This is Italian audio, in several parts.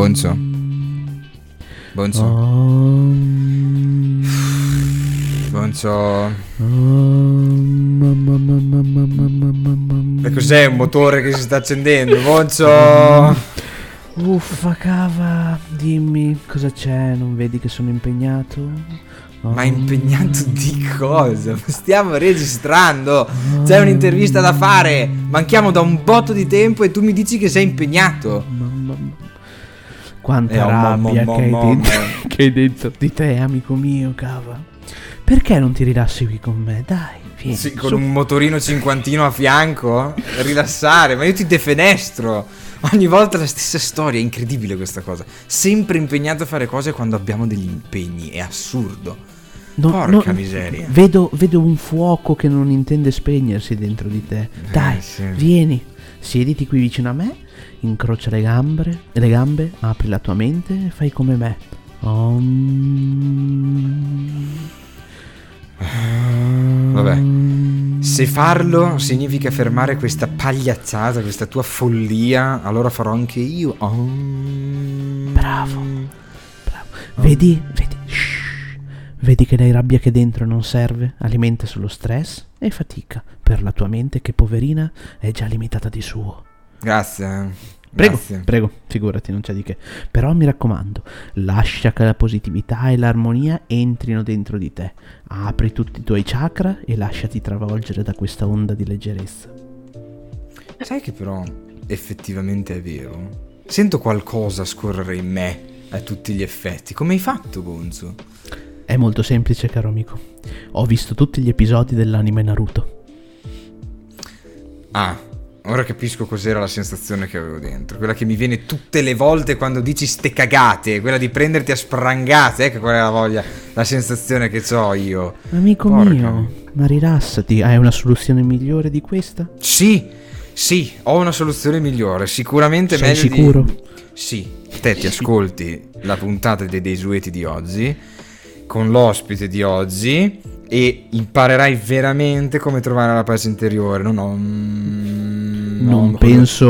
Bonzo. E cos'è, un motore che si sta accendendo? Bonzo. Uffa cava, dimmi cosa c'è, non vedi che sono impegnato? Ma impegnato di cosa? Stiamo registrando, c'è un'intervista da fare, manchiamo da un botto di tempo e tu mi dici che sei impegnato. Quanta rabbia che hai dentro di te, amico mio, cava. Perché non ti rilassi qui con me? Dai, vieni. Sì, con un motorino cinquantino a fianco, rilassare, ma io ti defenestro. Ogni volta la stessa storia, è incredibile questa cosa. Sempre impegnato a fare cose quando abbiamo degli impegni, è assurdo. Porca miseria. Vedo un fuoco che non intende spegnersi dentro di te. Dai, sì. Vieni, siediti qui vicino a me, incrocia le gambe, apri la tua mente e fai come me. Vabbè, se farlo significa fermare questa pagliazzata, questa tua follia, allora farò anche io. Bravo. Vedi che la rabbia che dentro non serve, alimenta solo stress e fatica per la tua mente che, poverina, è già limitata di suo. Grazie. Prego, figurati, non c'è di che. Però mi raccomando, lascia che la positività e l'armonia entrino dentro di te. Apri tutti i tuoi chakra e lasciati travolgere da questa onda di leggerezza. Sai che però effettivamente è vero? Sento qualcosa scorrere in me a tutti gli effetti. Come hai fatto, Gonzo? È molto semplice, caro amico. Ho visto tutti gli episodi dell'anime Naruto. Ora capisco cos'era la sensazione che avevo dentro. Quella che mi viene tutte le volte quando dici ste cagate. Quella di prenderti a sprangate. Ecco qual è la voglia, la sensazione che ho io. Amico mio, ma rilassati. Hai una soluzione migliore di questa? Sì, ho una soluzione migliore. Sicuramente sei meglio sicuro? Sì, te ti ascolti la puntata dei Desueti di oggi con l'ospite di oggi e imparerai veramente come trovare la pace interiore. Non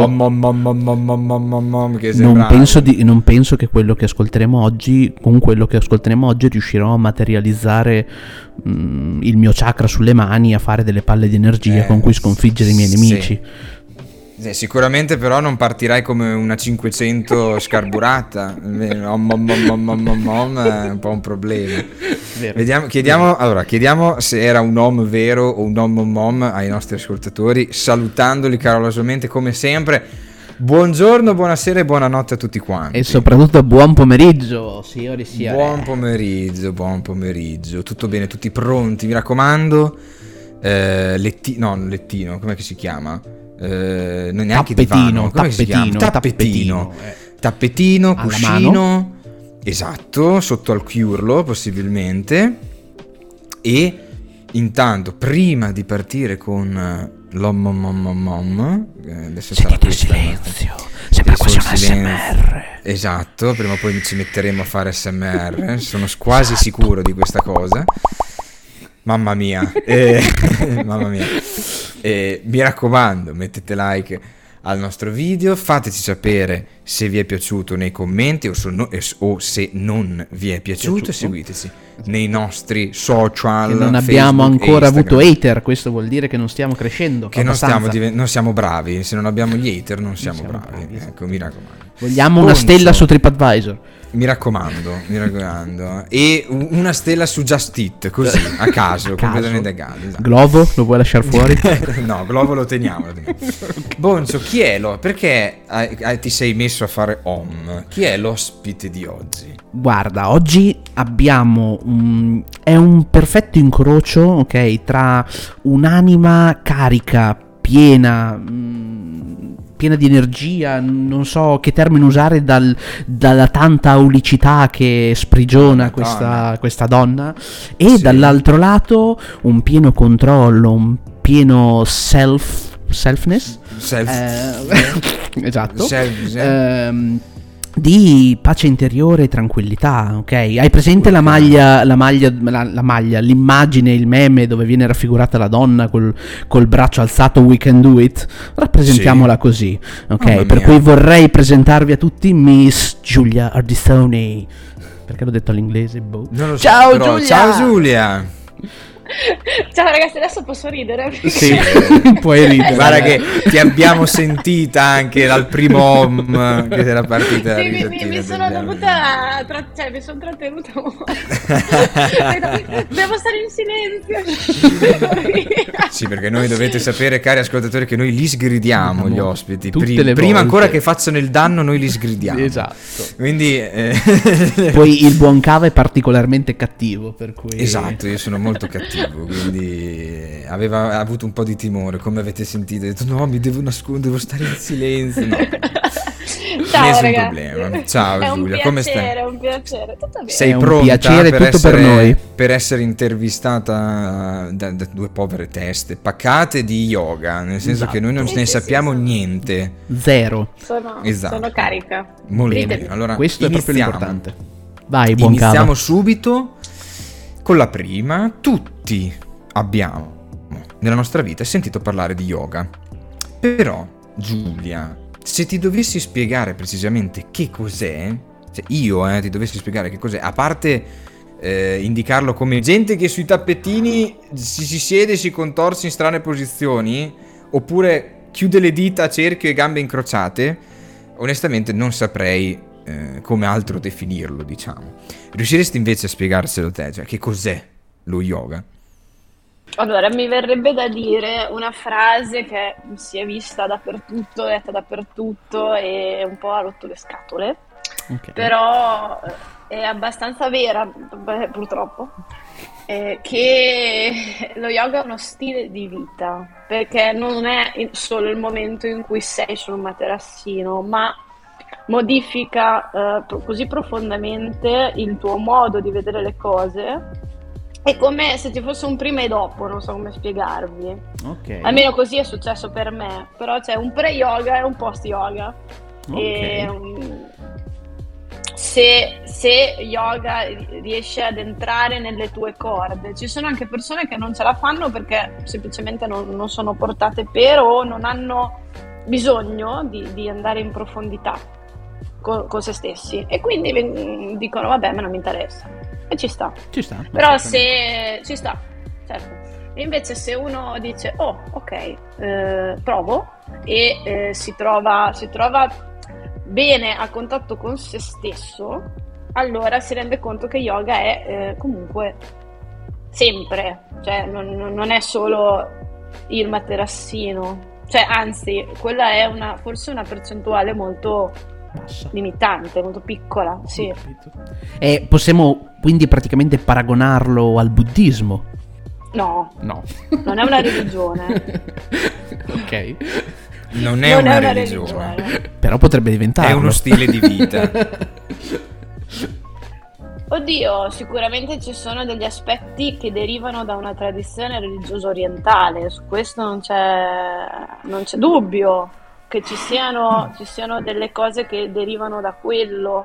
penso che quello che ascolteremo oggi, con quello che ascolteremo oggi, riuscirò a materializzare il mio chakra sulle mani, a fare delle palle di energia con cui sconfiggere i miei nemici. Sicuramente però non partirai come una 500 scarburata. È un po' un problema. Chiediamo se era un om vero o un om ai nostri ascoltatori, salutandoli calorosamente come sempre. Buongiorno, buonasera e buonanotte a tutti quanti. E soprattutto buon pomeriggio, signori. Buon pomeriggio. Tutto bene, tutti pronti, mi raccomando. Lettino, com'è che si chiama? Non neanche tappetino, cuscino, esatto, sotto al chiurlo possibilmente. E intanto, prima di partire con adesso sentite il silenzio, sembra quasi un ASMR. Esatto, prima o poi ci metteremo a fare ASMR, sono quasi sicuro di questa cosa. Mamma mia. Mi raccomando, mettete like al nostro video, fateci sapere se vi è piaciuto nei commenti o se non vi è piaciuto. Seguiteci nei nostri social. Che non abbiamo ancora avuto hater, questo vuol dire che non stiamo crescendo. Che non siamo bravi, se non abbiamo gli hater non siamo bravi. Ecco, mi raccomando. Vogliamo una stella su TripAdvisor. Mi raccomando. E una stella su Just Eat, così, a caso. Completamente a caso. Esatto. Globo, lo vuoi lasciare fuori? No, Globo lo teniamo. Okay. Bonzo, chi è perché ti sei messo a fare om? Chi è l'ospite di oggi? Guarda, oggi abbiamo è un perfetto incrocio, ok, tra un'anima carica, piena di energia, non so che termine usare, dalla tanta aulicità che sprigiona questa donna, e dall'altro lato un pieno controllo, un pieno selfness. Esatto. di pace interiore e tranquillità, ok? Hai presente la maglia, l'immagine, il meme dove viene raffigurata la donna col braccio alzato, we can do it? Rappresentiamola così, ok? Per cui vorrei presentarvi a tutti Miss Giulia Ardisoni. Perché l'ho detto all'inglese? Boh. Non lo so, ciao però, Giulia! Ciao Giulia! Ciao ragazzi, adesso posso ridere? Sì, puoi ridere. Guarda che ti abbiamo sentita anche dal primo home che era partita. Sì, mi sono dovuta, mi sono trattenuta un po'. Devo stare in silenzio. Sì, perché noi dovete sapere, cari ascoltatori, che noi li sgridiamo gli ospiti. Prima ancora che facciano il danno, noi li sgridiamo. Esatto. Quindi poi il buon cava è particolarmente cattivo, per cui... Esatto, io sono molto cattivo, quindi aveva avuto un po' di timore, come avete sentito. Ha detto no, mi devo nascondere, devo stare in silenzio. No. Ciao nessun ragazzi. problema. Ciao è Giulia, un come stai? È un piacere, tutto bene. Sei È un pronta piacere tutto per noi. per essere intervistata da due povere teste paccate di yoga, nel senso che noi non ne sappiamo niente. Zero. Sono carica. Molto Ditemi. bene. Allora, Questo è proprio iniziamo. l'importante. Vai, buon cava. Iniziamo subito con la prima. Tutti abbiamo nella nostra vita sentito parlare di yoga. Però, Giulia, se ti dovessi spiegare precisamente che cos'è, cioè io ti dovessi spiegare che cos'è, a parte indicarlo come gente che sui tappetini si siede e si contorce in strane posizioni, oppure chiude le dita a cerchio e gambe incrociate, onestamente non saprei come altro definirlo, diciamo. Riusciresti invece a spiegarselo te, cioè che cos'è lo yoga? Allora, mi verrebbe da dire una frase che si è vista dappertutto, detta dappertutto e un po' ha rotto le scatole, però è abbastanza vera, purtroppo, che lo yoga è uno stile di vita, perché non è solo il momento in cui sei sul materassino, ma modifica così profondamente il tuo modo di vedere le cose. È come se ci fosse un prima e dopo, non so come spiegarvi. Almeno così è successo per me. Però c'è un pre-yoga e un post-yoga. E, se yoga riesce ad entrare nelle tue corde, ci sono anche persone che non ce la fanno perché semplicemente non sono portate per o non hanno bisogno di andare in profondità con se stessi. E quindi dicono vabbè, ma non mi interessa. E ci sta. Però se ci sta, certo. E invece se uno dice oh ok, provo e si trova bene a contatto con se stesso, allora si rende conto che yoga è comunque sempre, cioè non è solo il materassino, cioè anzi quella è forse una percentuale molto limitante, molto piccola, sì. E possiamo quindi praticamente paragonarlo al buddismo? No. Non è una religione. Ok. Non è una religione. Però potrebbe diventarlo. È uno stile di vita. Oddio, sicuramente ci sono degli aspetti che derivano da una tradizione religiosa orientale, su questo non c'è dubbio. Che ci siano delle cose che derivano da quello,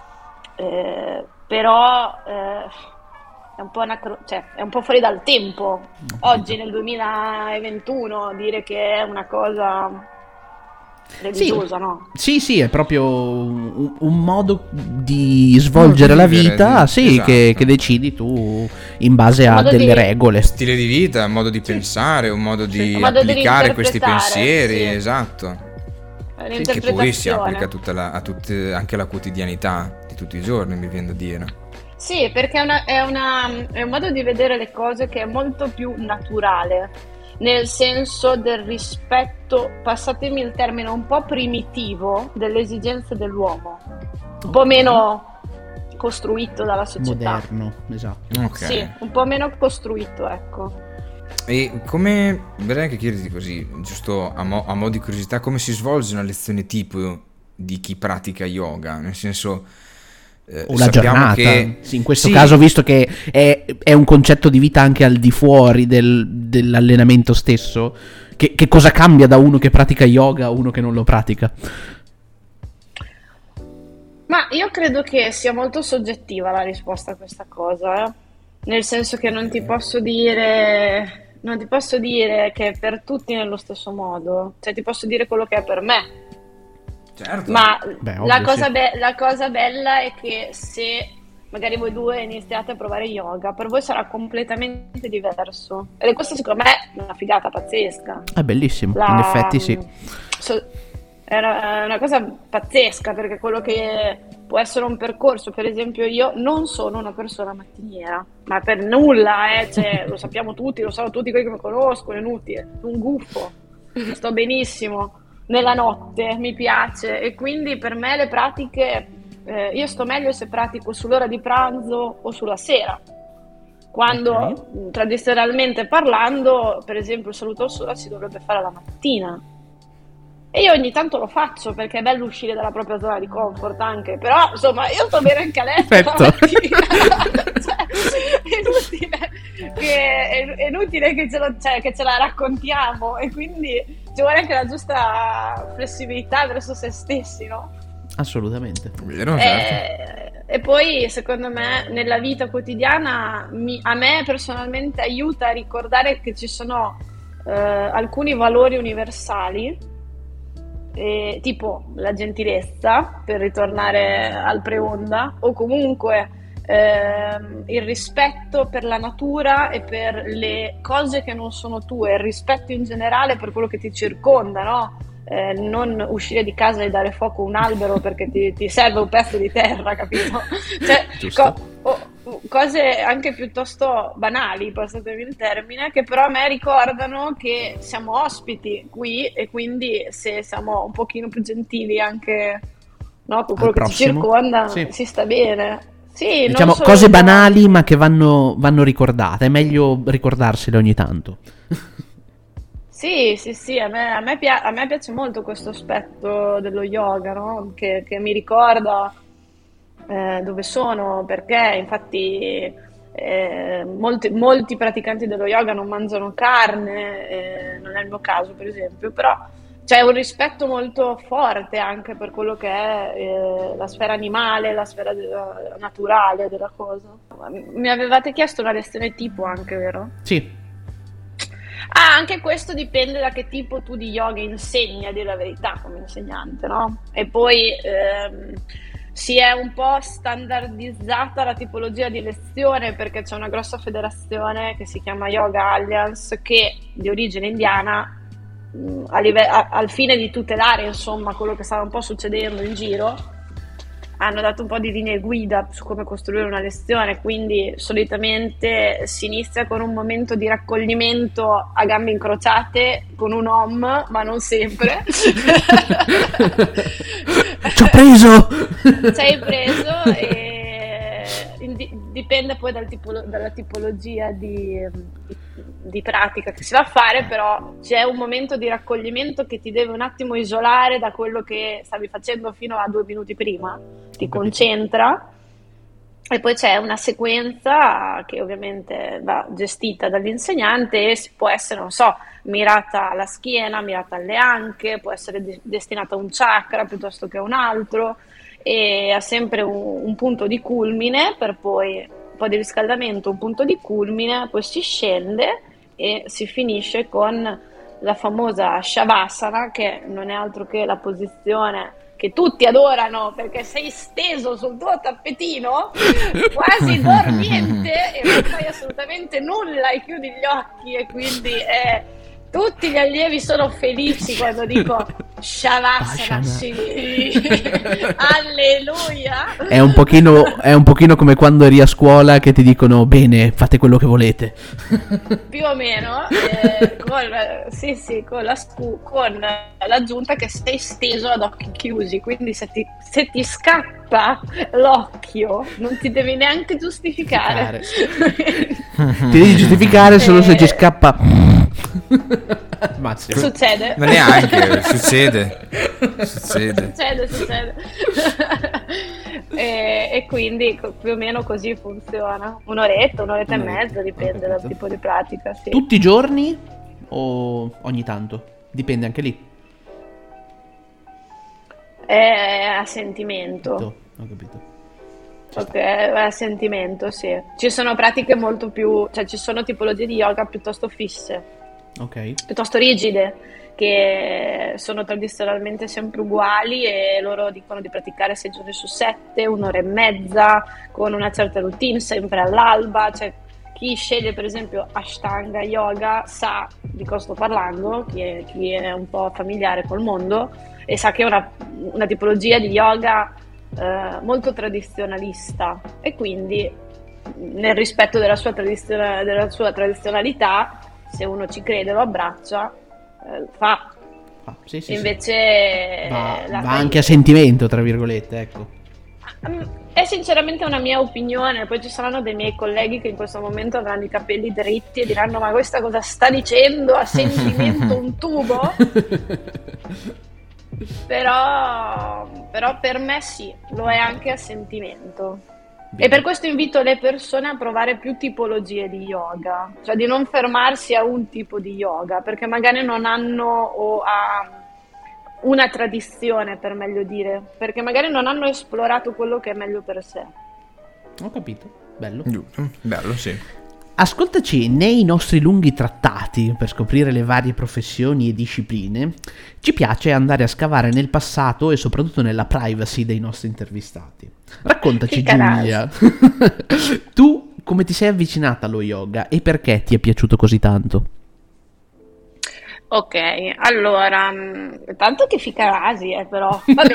però è un po' è un po' fuori dal tempo. Oggi nel 2021 dire che è una cosa religiosa, sì. No? Sì, è proprio un modo di svolgere la vita, esatto. che decidi tu in base a delle regole. Stile di vita, un modo di pensare, un modo di applicare questi pensieri, esatto. Che poi si applica anche alla quotidianità di tutti i giorni, mi viene da dire. Sì, perché è un modo di vedere le cose che è molto più naturale, nel senso del rispetto, passatemi il termine, un po' primitivo delle esigenze dell'uomo, un po' meno costruito dalla società. Moderno, esatto. Okay. Sì, un po' meno costruito, ecco. E come, vorrei anche chiederti così, giusto a mo' di curiosità, come si svolge una lezione tipo di chi pratica yoga? Nel senso, una giornata, sì, in questo sì. caso, visto che è un concetto di vita anche al di fuori dell'allenamento stesso, che cosa cambia da uno che pratica yoga a uno che non lo pratica? Ma io credo che sia molto soggettiva la risposta a questa cosa, eh. Nel senso che non ti posso dire che è per tutti nello stesso modo, cioè ti posso dire quello che è per me. Certo. Ma Beh, la ovvio, cosa, sì. la cosa bella è che se magari voi due iniziate a provare yoga, per voi sarà completamente diverso. Ed è questo secondo me è una figata pazzesca. È bellissimo, in La, effetti sì. so- è una cosa pazzesca perché quello che può essere un percorso, per esempio io non sono una persona mattiniera, ma per nulla, cioè, lo sappiamo tutti, lo sanno tutti quelli che mi conoscono, è inutile, un gufo, sto benissimo nella notte, mi piace e quindi per me le pratiche, io sto meglio se pratico sull'ora di pranzo o sulla sera. Quando Ok. tradizionalmente parlando, per esempio il saluto al sole si dovrebbe fare la mattina. E io ogni tanto lo faccio perché è bello uscire dalla propria zona di comfort anche, però insomma io sto bene anche a letto la Perfetto. mattina, cioè, è inutile che cioè, che ce la raccontiamo e quindi ci vuole anche la giusta flessibilità verso se stessi, no? Assolutamente. Vero, certo. E poi secondo me nella vita quotidiana a me personalmente aiuta a ricordare che ci sono alcuni valori universali, tipo la gentilezza, per ritornare al pre-onda, o comunque il rispetto per la natura e per le cose che non sono tue, il rispetto in generale per quello che ti circonda, no? Non uscire di casa e dare fuoco a un albero perché ti serve un pezzo di terra, capito? Cioè, Giusto. cose anche piuttosto banali, passatemi il termine, che però a me ricordano che siamo ospiti qui e quindi se siamo un pochino più gentili anche, no, con quello Al che ci prossimo. circonda, Sì. si sta bene. Sì, non Diciamo solo cose da- banali ma che vanno ricordate, è meglio ricordarsele ogni tanto. Sì, sì, sì, a me piace molto questo aspetto dello yoga, no? Che mi ricorda dove sono, perché infatti molti praticanti dello yoga non mangiano carne, non è il mio caso per esempio, però c'è un rispetto molto forte anche per quello che è la sfera animale, la sfera naturale della cosa. Mi avevate chiesto una lezione tipo anche, vero? Sì, Ah, anche questo dipende da che tipo tu di yoga insegni, a dire la verità, come insegnante, no? E poi si è un po' standardizzata la tipologia di lezione perché c'è una grossa federazione che si chiama Yoga Alliance che di origine indiana, al fine di tutelare, insomma, quello che stava un po' succedendo in giro, hanno dato un po' di linee guida su come costruire una lezione, quindi solitamente si inizia con un momento di raccoglimento a gambe incrociate con un om, ma non sempre. ci ho preso! Sei preso e dipende poi dalla tipologia di pratica che si va a fare, però c'è un momento di raccoglimento che ti deve un attimo isolare da quello che stavi facendo fino a 2 minuti prima, ti concentra e poi c'è una sequenza che ovviamente va gestita dall'insegnante e può essere, non so, mirata alla schiena, mirata alle anche, può essere destinata a un chakra piuttosto che a un altro e ha sempre un punto di culmine per poi un po' di riscaldamento, un punto di culmine, poi si scende e si finisce con la famosa Shavasana, che non è altro che la posizione che tutti adorano perché sei steso sul tuo tappetino, quasi dormiente e non fai assolutamente nulla e chiudi gli occhi e quindi tutti gli allievi sono felici quando dico Shavasana, sì, alleluia. È un pochino come quando eri a scuola che ti dicono bene, fate quello che volete. Più o meno, con con l'aggiunta che sei steso ad occhi chiusi, quindi se ti scappa l'occhio non ti devi neanche giustificare. Ti devi giustificare solo se ti scappa. Massimo. Succede. Ma neanche, succede. Succede. E quindi più o meno così funziona. Un'oretta e mezza, dipende dal tipo di pratica. Sì. Tutti i giorni o ogni tanto? Dipende anche lì. È a sentimento. Ho capito. Ok, è sentimento, sì. Ci sono pratiche molto più, cioè ci sono tipologie di yoga piuttosto fisse, Ok. piuttosto rigide, che sono tradizionalmente sempre uguali e loro dicono di praticare 6 giorni su 7, un'ora e mezza, con una certa routine, sempre all'alba. Cioè, chi sceglie per esempio Ashtanga Yoga sa di cosa sto parlando, chi è un po' familiare col mondo e sa che è una tipologia di yoga molto tradizionalista e quindi nel rispetto della sua tradizionalità, se uno ci crede lo abbraccia, fa. Sì, sì, sì. Invece Va anche a sentimento, tra virgolette, ecco. è sinceramente una mia opinione, poi ci saranno dei miei colleghi che in questo momento avranno i capelli dritti e diranno: ma questa cosa sta dicendo? A sentimento un tubo? Però per me sì, lo è anche a sentimento. E per questo invito le persone a provare più tipologie di yoga, cioè di non fermarsi a un tipo di yoga, perché magari non hanno o a una tradizione, per meglio dire, perché magari non hanno esplorato quello che è meglio per sé. Ho capito, bello. Giusto, bello, sì. Ascoltaci, nei nostri lunghi trattati per scoprire le varie professioni e discipline, ci piace andare a scavare nel passato e soprattutto nella privacy dei nostri intervistati. Raccontaci, Che Giulia, tu come ti sei avvicinata allo yoga e perché ti è piaciuto così tanto? Ok, allora, tanto che ficarasi, però, vabbè.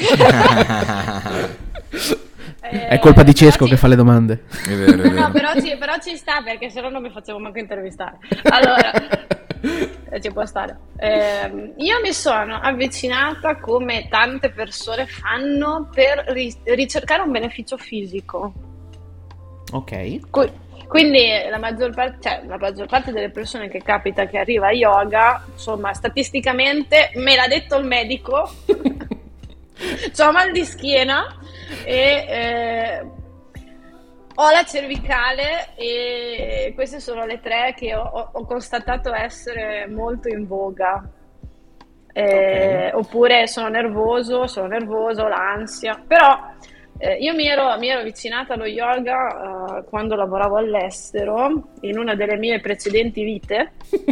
È colpa di Però Cesco che fa le domande. È vero, è vero. No, però ci sta, perché se no non mi facevo manco intervistare. Allora, ci può stare. Io mi sono avvicinata, come tante persone fanno, per ricercare un beneficio fisico. Ok. Quindi la maggior parte delle persone che capita che arriva a yoga, insomma, statisticamente me l'ha detto il medico, c'ho mal di schiena e ho la cervicale, e queste sono le tre che ho constatato essere molto in voga. Ok. Oppure sono nervoso, l'ansia, però io mi ero avvicinata allo yoga quando lavoravo all'estero, in una delle mie precedenti vite.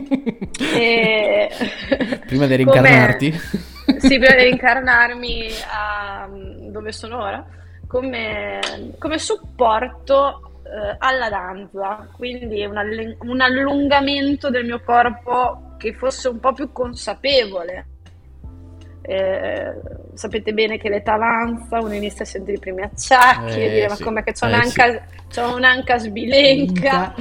E Prima di come, rincarnarti. sì, prima di rincarnarmi dove sono ora, come supporto alla danza, quindi un allungamento del mio corpo che fosse un po' più consapevole. Sapete bene che l'età avanza, uno inizia a sentire i primi acciacchi e dire: ma Sì. com'è che Sì. c'ho un'anca sbilenca?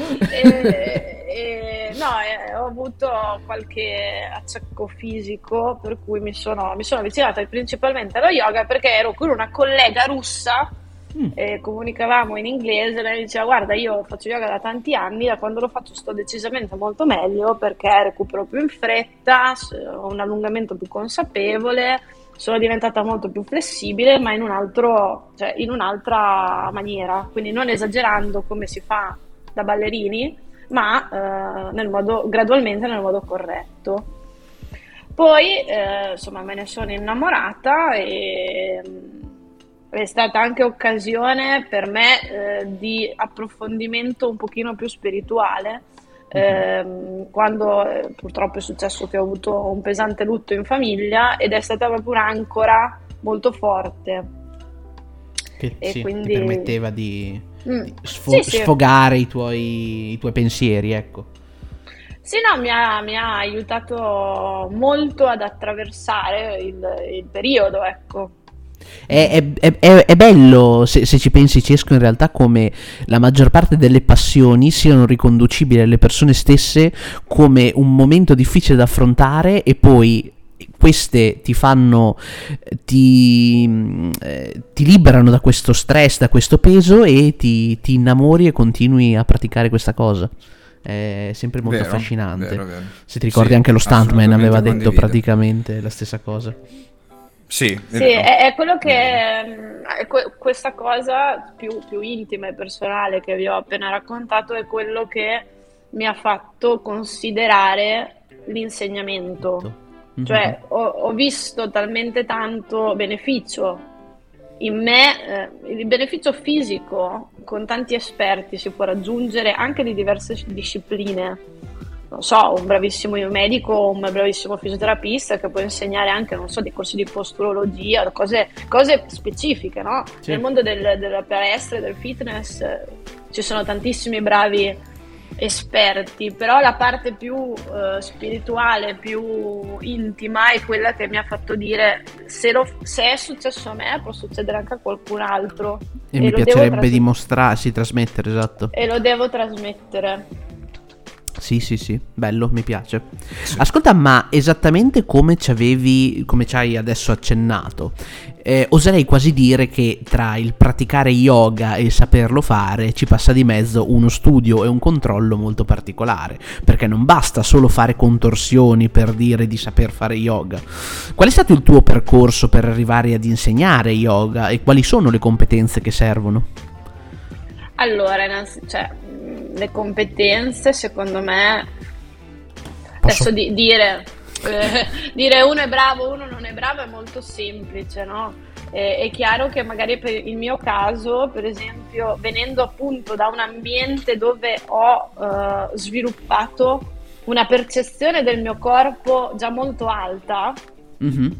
No, ho avuto qualche acciacco fisico, per cui mi sono avvicinata principalmente allo yoga perché ero con una collega russa e comunicavamo in inglese. Lei diceva: guarda, io faccio yoga da tanti anni, da quando lo faccio sto decisamente molto meglio perché recupero più in fretta, ho un allungamento più consapevole, sono diventata molto più flessibile, ma in un'altra maniera, quindi non esagerando come si fa da ballerini, ma gradualmente nel modo corretto. Poi, insomma, me ne sono innamorata e è stata anche occasione per me di approfondimento un pochino più spirituale. Quando purtroppo è successo che ho avuto un pesante lutto in famiglia ed è stata proprio un'ancora molto forte. Che E sì, ti quindi permetteva di sì, sì. sfogare i tuoi pensieri, ecco. Sì, no, mi ha aiutato molto ad attraversare il periodo, ecco. È bello se ci pensi, Cesco, in realtà come la maggior parte delle passioni siano riconducibili alle persone stesse come un momento difficile da affrontare e poi queste ti liberano da questo stress, da questo peso e ti innamori e continui a praticare questa cosa. È sempre molto Vero, affascinante. vero. Se ti ricordi, Sì, anche lo stuntman assolutamente aveva detto condivido. praticamente la stessa cosa. Sì, Sì, vero. è quello che questa cosa più intima e personale che vi ho appena raccontato è quello che mi ha fatto considerare l'insegnamento. Mhm. Cioè, ho visto talmente tanto beneficio in me il beneficio fisico con tanti esperti si può raggiungere anche di diverse discipline. Non so, un bravissimo medico, un bravissimo fisioterapista che può insegnare anche, non so, dei corsi di posturologia, cose specifiche, no? Sì. Nel mondo della palestra e del fitness ci sono tantissimi bravi esperti, però la parte più spirituale, più intima è quella che mi ha fatto dire se è successo a me può succedere anche a qualcun altro. E mi lo piacerebbe trasmettere, esatto. E lo devo trasmettere. Sì, bello, mi piace. Ascolta, ma esattamente come ci hai adesso accennato, oserei quasi dire che tra il praticare yoga e il saperlo fare ci passa di mezzo uno studio e un controllo molto particolare, perché non basta solo fare contorsioni per dire di saper fare yoga. Qual è stato il tuo percorso per arrivare ad insegnare yoga e quali sono le competenze che servono? Allora, le competenze, secondo me, adesso dire uno è bravo, uno non è bravo è molto semplice, no? È chiaro che magari per il mio caso, per esempio, venendo appunto da un ambiente dove ho sviluppato una percezione del mio corpo già molto alta, Mm-hmm.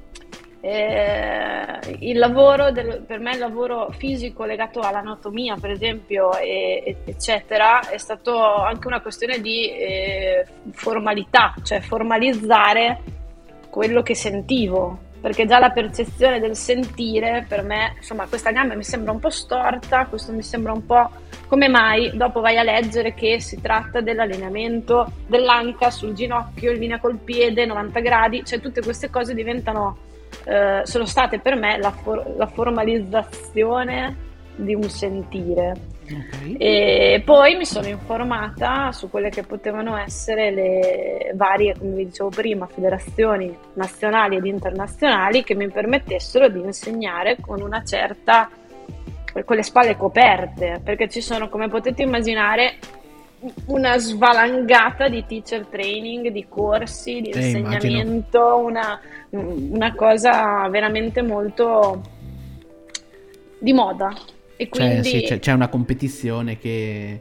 il lavoro per me il lavoro fisico legato all'anatomia, per esempio, eccetera, è stato anche una questione di formalità, cioè formalizzare quello che sentivo, perché già la percezione del sentire per me, insomma, questa gamba mi sembra un po' storta, questo mi sembra un po', come mai? Dopo vai a leggere che si tratta dell'allineamento dell'anca sul ginocchio in linea col piede 90 gradi, cioè tutte queste cose diventano sono state per me la formalizzazione di un sentire. Okay. E poi mi sono informata su quelle che potevano essere le varie, come vi dicevo prima, federazioni nazionali ed internazionali che mi permettessero di insegnare con una certa, con le spalle coperte, perché ci sono, come potete immaginare, una svalangata di teacher training, di corsi, di insegnamento, una cosa veramente molto di moda. E quindi c'è una competizione che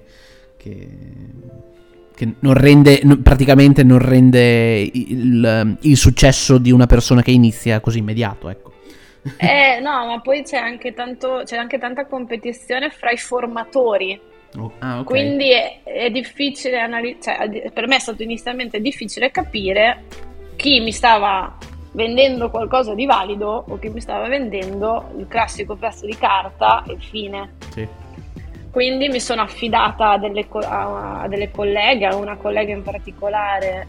non rende, praticamente non rende il successo di una persona che inizia così immediato, ecco. No, ma poi c'è anche tanta competizione fra i formatori. Okay. Quindi è difficile per me è stato inizialmente difficile capire chi mi stava vendendo qualcosa di valido o chi mi stava vendendo il classico pezzo di carta e fine. Sì. Quindi mi sono affidata a delle colleghe, a una collega in particolare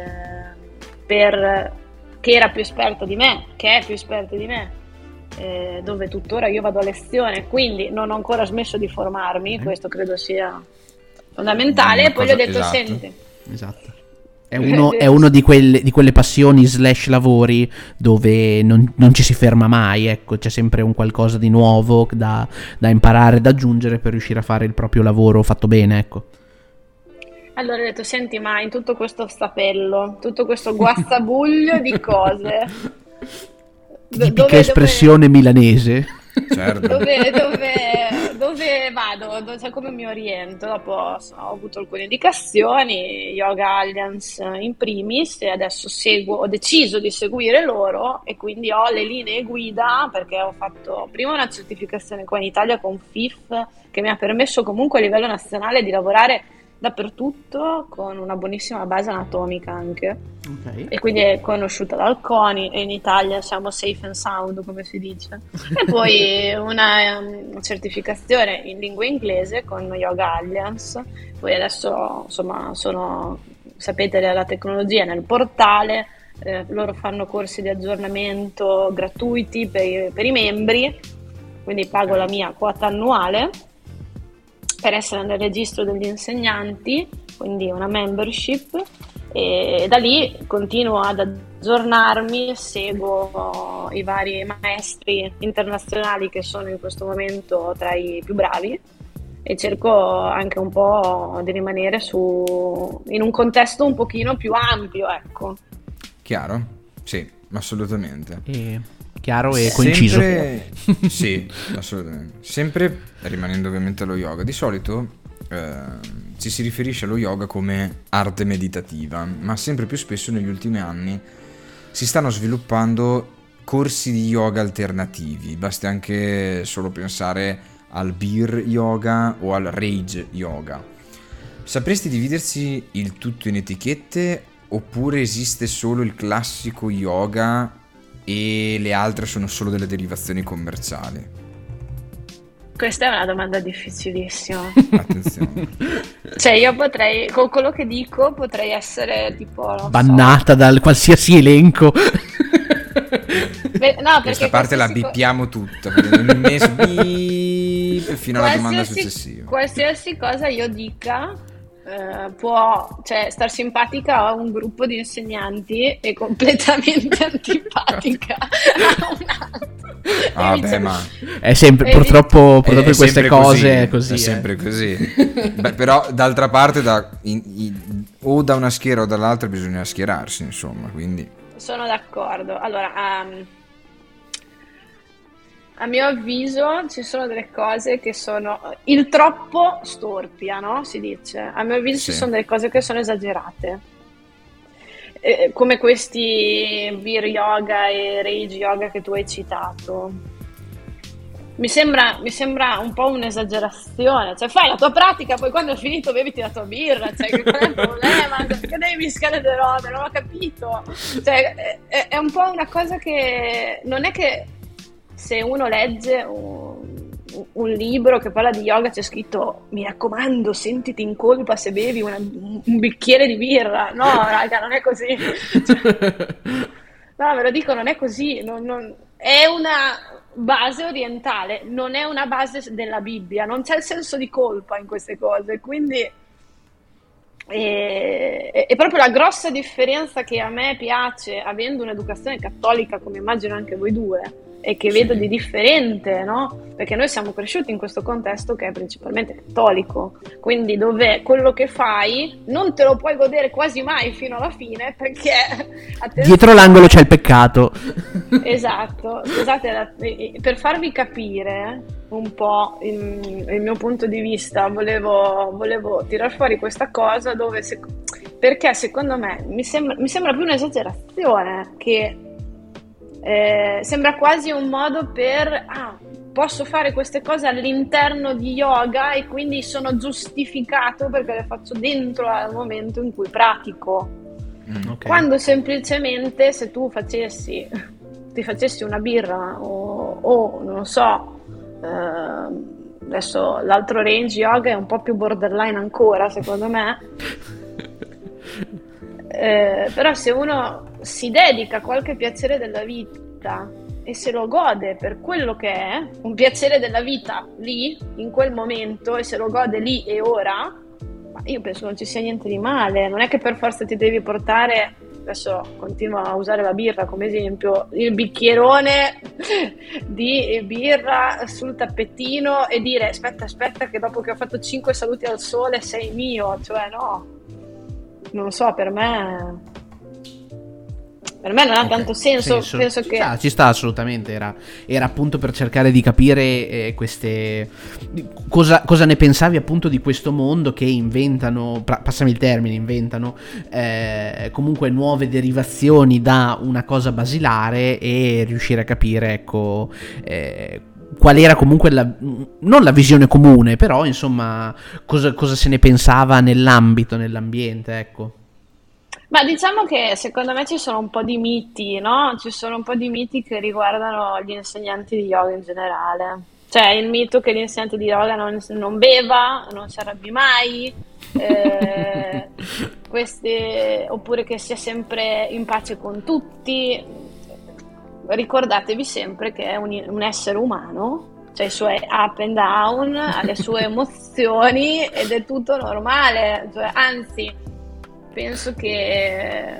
che era più esperta di me, che è più esperta di me, dove tuttora io vado a lezione, quindi non ho ancora smesso di formarmi, questo credo sia fondamentale. E poi gli ho detto, esatto. senti, esatto. È uno di quelle passioni / lavori dove non ci si ferma mai, ecco, c'è sempre un qualcosa di nuovo da imparare, da aggiungere per riuscire a fare il proprio lavoro fatto bene, ecco. allora ho detto, senti, ma in tutto questo stappello, tutto questo guazzabuglio di cose, Tipica espressione milanese. Certo. dove vado? Cioè, come mi oriento? Dopo ho avuto alcune indicazioni, Yoga Alliance in primis, e adesso ho deciso di seguire loro e quindi ho le linee guida, perché ho fatto prima una certificazione qua in Italia con FIF che mi ha permesso comunque a livello nazionale di lavorare dappertutto con una buonissima base anatomica anche. Okay. E quindi è conosciuta dal CONI e in Italia siamo safe and sound, come si dice. E poi una certificazione in lingua inglese con Yoga Alliance. Poi adesso, insomma, sapete, la tecnologia nel portale, loro fanno corsi di aggiornamento gratuiti per i membri, quindi pago la mia quota annuale per essere nel registro degli insegnanti, quindi una membership, e da lì continuo ad aggiornarmi, seguo i vari maestri internazionali che sono in questo momento tra i più bravi e cerco anche un po' di rimanere in un contesto un pochino più ampio, ecco. Chiaro? Sì, assolutamente. chiaro e conciso. Sì, assolutamente. Sempre rimanendo ovviamente allo yoga. Di solito ci si riferisce allo yoga come arte meditativa, ma sempre più spesso negli ultimi anni si stanno sviluppando corsi di yoga alternativi. Basti anche solo pensare al beer yoga o al rage yoga. Sapresti dividersi il tutto in etichette, oppure esiste solo il classico yoga e le altre sono solo delle derivazioni commerciali? Questa è una domanda difficilissima. Attenzione. Cioè, io potrei, con quello che dico, potrei essere tipo, non so. Bannata dal qualsiasi elenco. No, perché Questa parte la qualsiasi bippiamo tutta, un mese bip, fino alla domanda successiva. Qualsiasi cosa io dica può, cioè, star simpatica a un gruppo di insegnanti e completamente antipatica a un altro. Vabbè, ma È sempre, purtroppo è queste sempre cose è così. è sempre così. Beh, però d'altra parte o da una schiera o dall'altra bisogna schierarsi, insomma, quindi Sono d'accordo. Allora, a mio avviso ci sono delle cose che sono il troppo storpia, no? Si dice. A mio avviso Sì. ci sono delle cose che sono esagerate. Come questi beer yoga e rage yoga che tu hai citato. Mi sembra un po' un'esagerazione. Cioè, fai la tua pratica, poi quando hai finito beviti la tua birra. Cioè, che qual è il problema? Perché devi mischiare le robe? Non ho capito. Cioè, è un po' una cosa che non è che se uno legge un libro che parla di yoga c'è scritto mi raccomando sentiti in colpa se bevi un bicchiere di birra. No raga, non è così. No, ve lo dico, non è così. È una base orientale, non è una base della Bibbia, non c'è il senso di colpa in queste cose, quindi è proprio la grossa differenza che a me piace, avendo un'educazione cattolica come immagino anche voi due, e che vedo di differente, no? Perché noi siamo cresciuti in questo contesto che è principalmente cattolico, quindi dove quello che fai non te lo puoi godere quasi mai fino alla fine, perché Dietro l'angolo c'è il peccato. Esatto, scusate, per farvi capire un po' il mio punto di vista, volevo tirar fuori questa cosa dove perché secondo me mi sembra più un'esagerazione, che sembra quasi un modo per posso fare queste cose all'interno di yoga e quindi sono giustificato perché le faccio dentro al momento in cui pratico. Okay. Quando semplicemente se tu ti facessi una birra o non so, adesso l'altro range yoga è un po' più borderline ancora secondo me. Però se uno si dedica a qualche piacere della vita e se lo gode per quello che è, un piacere della vita lì, in quel momento, e se lo gode lì e ora, ma io penso non ci sia niente di male. Non è che per forza ti devi portare, adesso continuo a usare la birra come esempio, il bicchierone di birra sul tappettino e dire aspetta che dopo che ho fatto 5 saluti al sole sei mio, cioè no. Non lo so, per me non ha tanto senso. Penso che ci sta assolutamente. Era appunto per cercare di capire cosa ne pensavi appunto di questo mondo che inventano, passami il termine, inventano comunque nuove derivazioni da una cosa basilare, e riuscire a capire, ecco, qual era comunque non la visione comune, però insomma cosa se ne pensava nell'ambiente, ecco. Ma diciamo che secondo me ci sono un po' di miti, no? Ci sono un po' di miti che riguardano gli insegnanti di yoga in generale. Cioè il mito che l'insegnante di yoga non beva, non si arrabbi mai, oppure che sia sempre in pace con tutti. Ricordatevi sempre che è un essere umano, cioè i suoi up and down, ha le sue emozioni ed è tutto normale. Cioè, anzi, penso che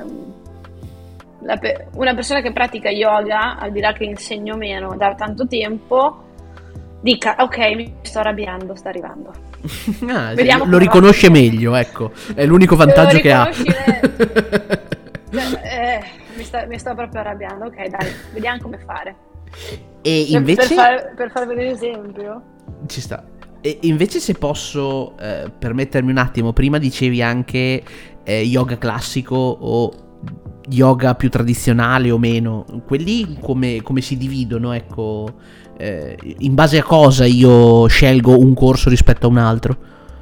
una persona che pratica yoga, al di là che insegno meno da tanto tempo, dica ok, mi sto arrabbiando, sta arrivando. Vediamo lo riconosce meglio, ecco, è l'unico vantaggio che ha. Mi sto proprio arrabbiando, ok dai, vediamo come fare. E invece per farvi un esempio. ci sta. E invece, se posso permettermi un attimo, prima dicevi anche yoga classico o yoga più tradizionale o meno. Quelli come si dividono, ecco, in base a cosa io scelgo un corso rispetto a un altro?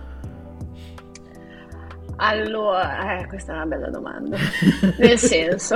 Allora, questa è una bella domanda. Nel senso,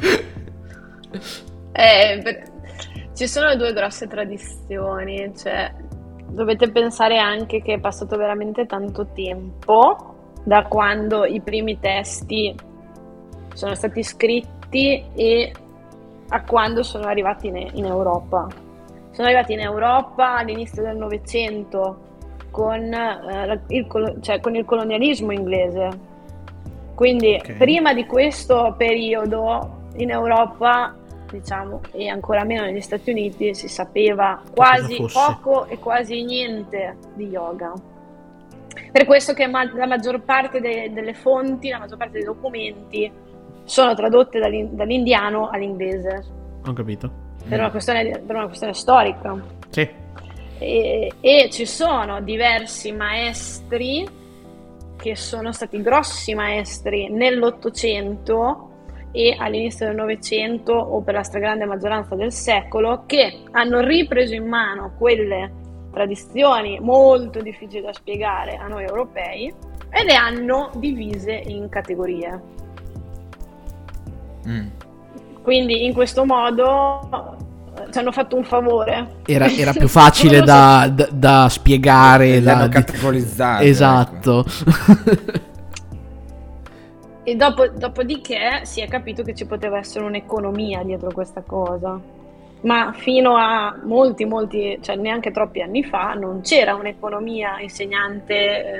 ci sono due grosse tradizioni, cioè dovete pensare anche che è passato veramente tanto tempo da quando i primi testi sono stati scritti e a quando sono arrivati in Europa. Sono arrivati in Europa all'inizio del Novecento con il colonialismo inglese. Quindi prima di questo periodo in Europa, diciamo, e ancora meno negli Stati Uniti, si sapeva quasi poco e quasi niente di yoga. Per questo che la maggior parte delle fonti, la maggior parte dei documenti sono tradotte dall'indiano all'inglese. Ho capito. Per una questione storica. Sì. E ci sono diversi maestri che sono stati grossi maestri nell'Ottocento e all'inizio del Novecento, o per la stragrande maggioranza del secolo, che hanno ripreso in mano quelle tradizioni molto difficili da spiegare a noi europei e le hanno divise in categorie. Quindi in questo modo ci hanno fatto un favore. Era più facile da spiegare, da categorizzare. Esatto. Ecco. E dopodiché si è capito che ci poteva essere un'economia dietro questa cosa. Ma fino a molti, cioè neanche troppi anni fa, non c'era un'economia insegnante.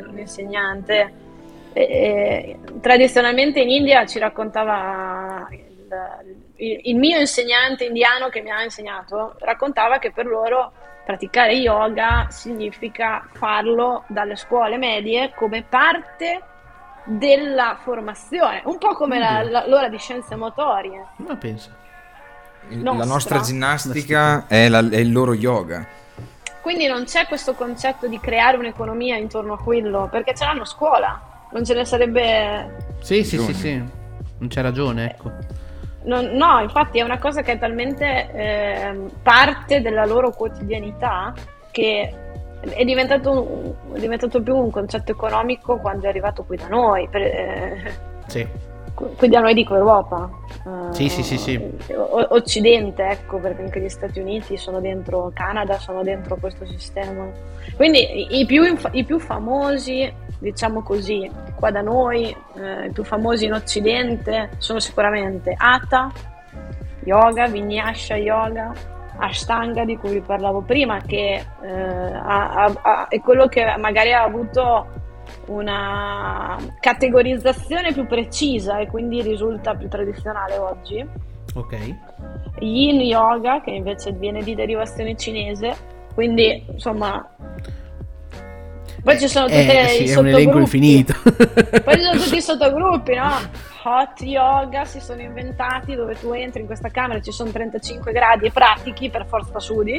Tradizionalmente in India ci raccontava il mio insegnante indiano che mi ha insegnato, raccontava che per loro praticare yoga significa farlo dalle scuole medie come parte della formazione, un po' come l'ora di scienze motorie. Ma pensa. La nostra ginnastica è il loro yoga. Quindi non c'è questo concetto di creare un'economia intorno a quello, perché ce l'hanno a scuola, non ce ne sarebbe... Sì, non c'è ragione, ecco. No, infatti è una cosa che è talmente parte della loro quotidianità che è diventato più un concetto economico quando è arrivato qui da noi. Sì. Qui da noi dico Europa. Sì. Occidente, ecco, perché anche gli Stati Uniti sono dentro, Canada sono dentro questo sistema. Quindi i più famosi, diciamo così, qua da noi, i più famosi in Occidente sono sicuramente Hatha Yoga, Vinyasa Yoga, Ashtanga di cui vi parlavo prima, che è quello che magari ha avuto una categorizzazione più precisa e quindi risulta più tradizionale oggi. Ok. Yin Yoga, che invece viene di derivazione cinese, quindi insomma... Poi ci sono tutti i sottogruppi. È un elenco infinito. Poi ci sono tutti i sottogruppi, no? Hot Yoga si sono inventati, dove tu entri in questa camera, ci sono 35 gradi e pratichi, per forza sudi.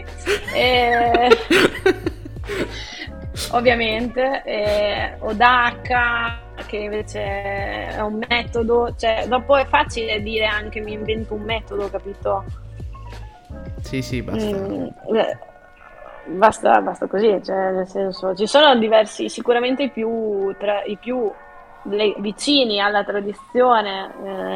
Ovviamente. Odaka, che invece è un metodo. Cioè, dopo è facile dire anche mi invento un metodo, capito? Sì, basta. Basta così, cioè, nel senso, ci sono diversi, sicuramente i più vicini alla tradizione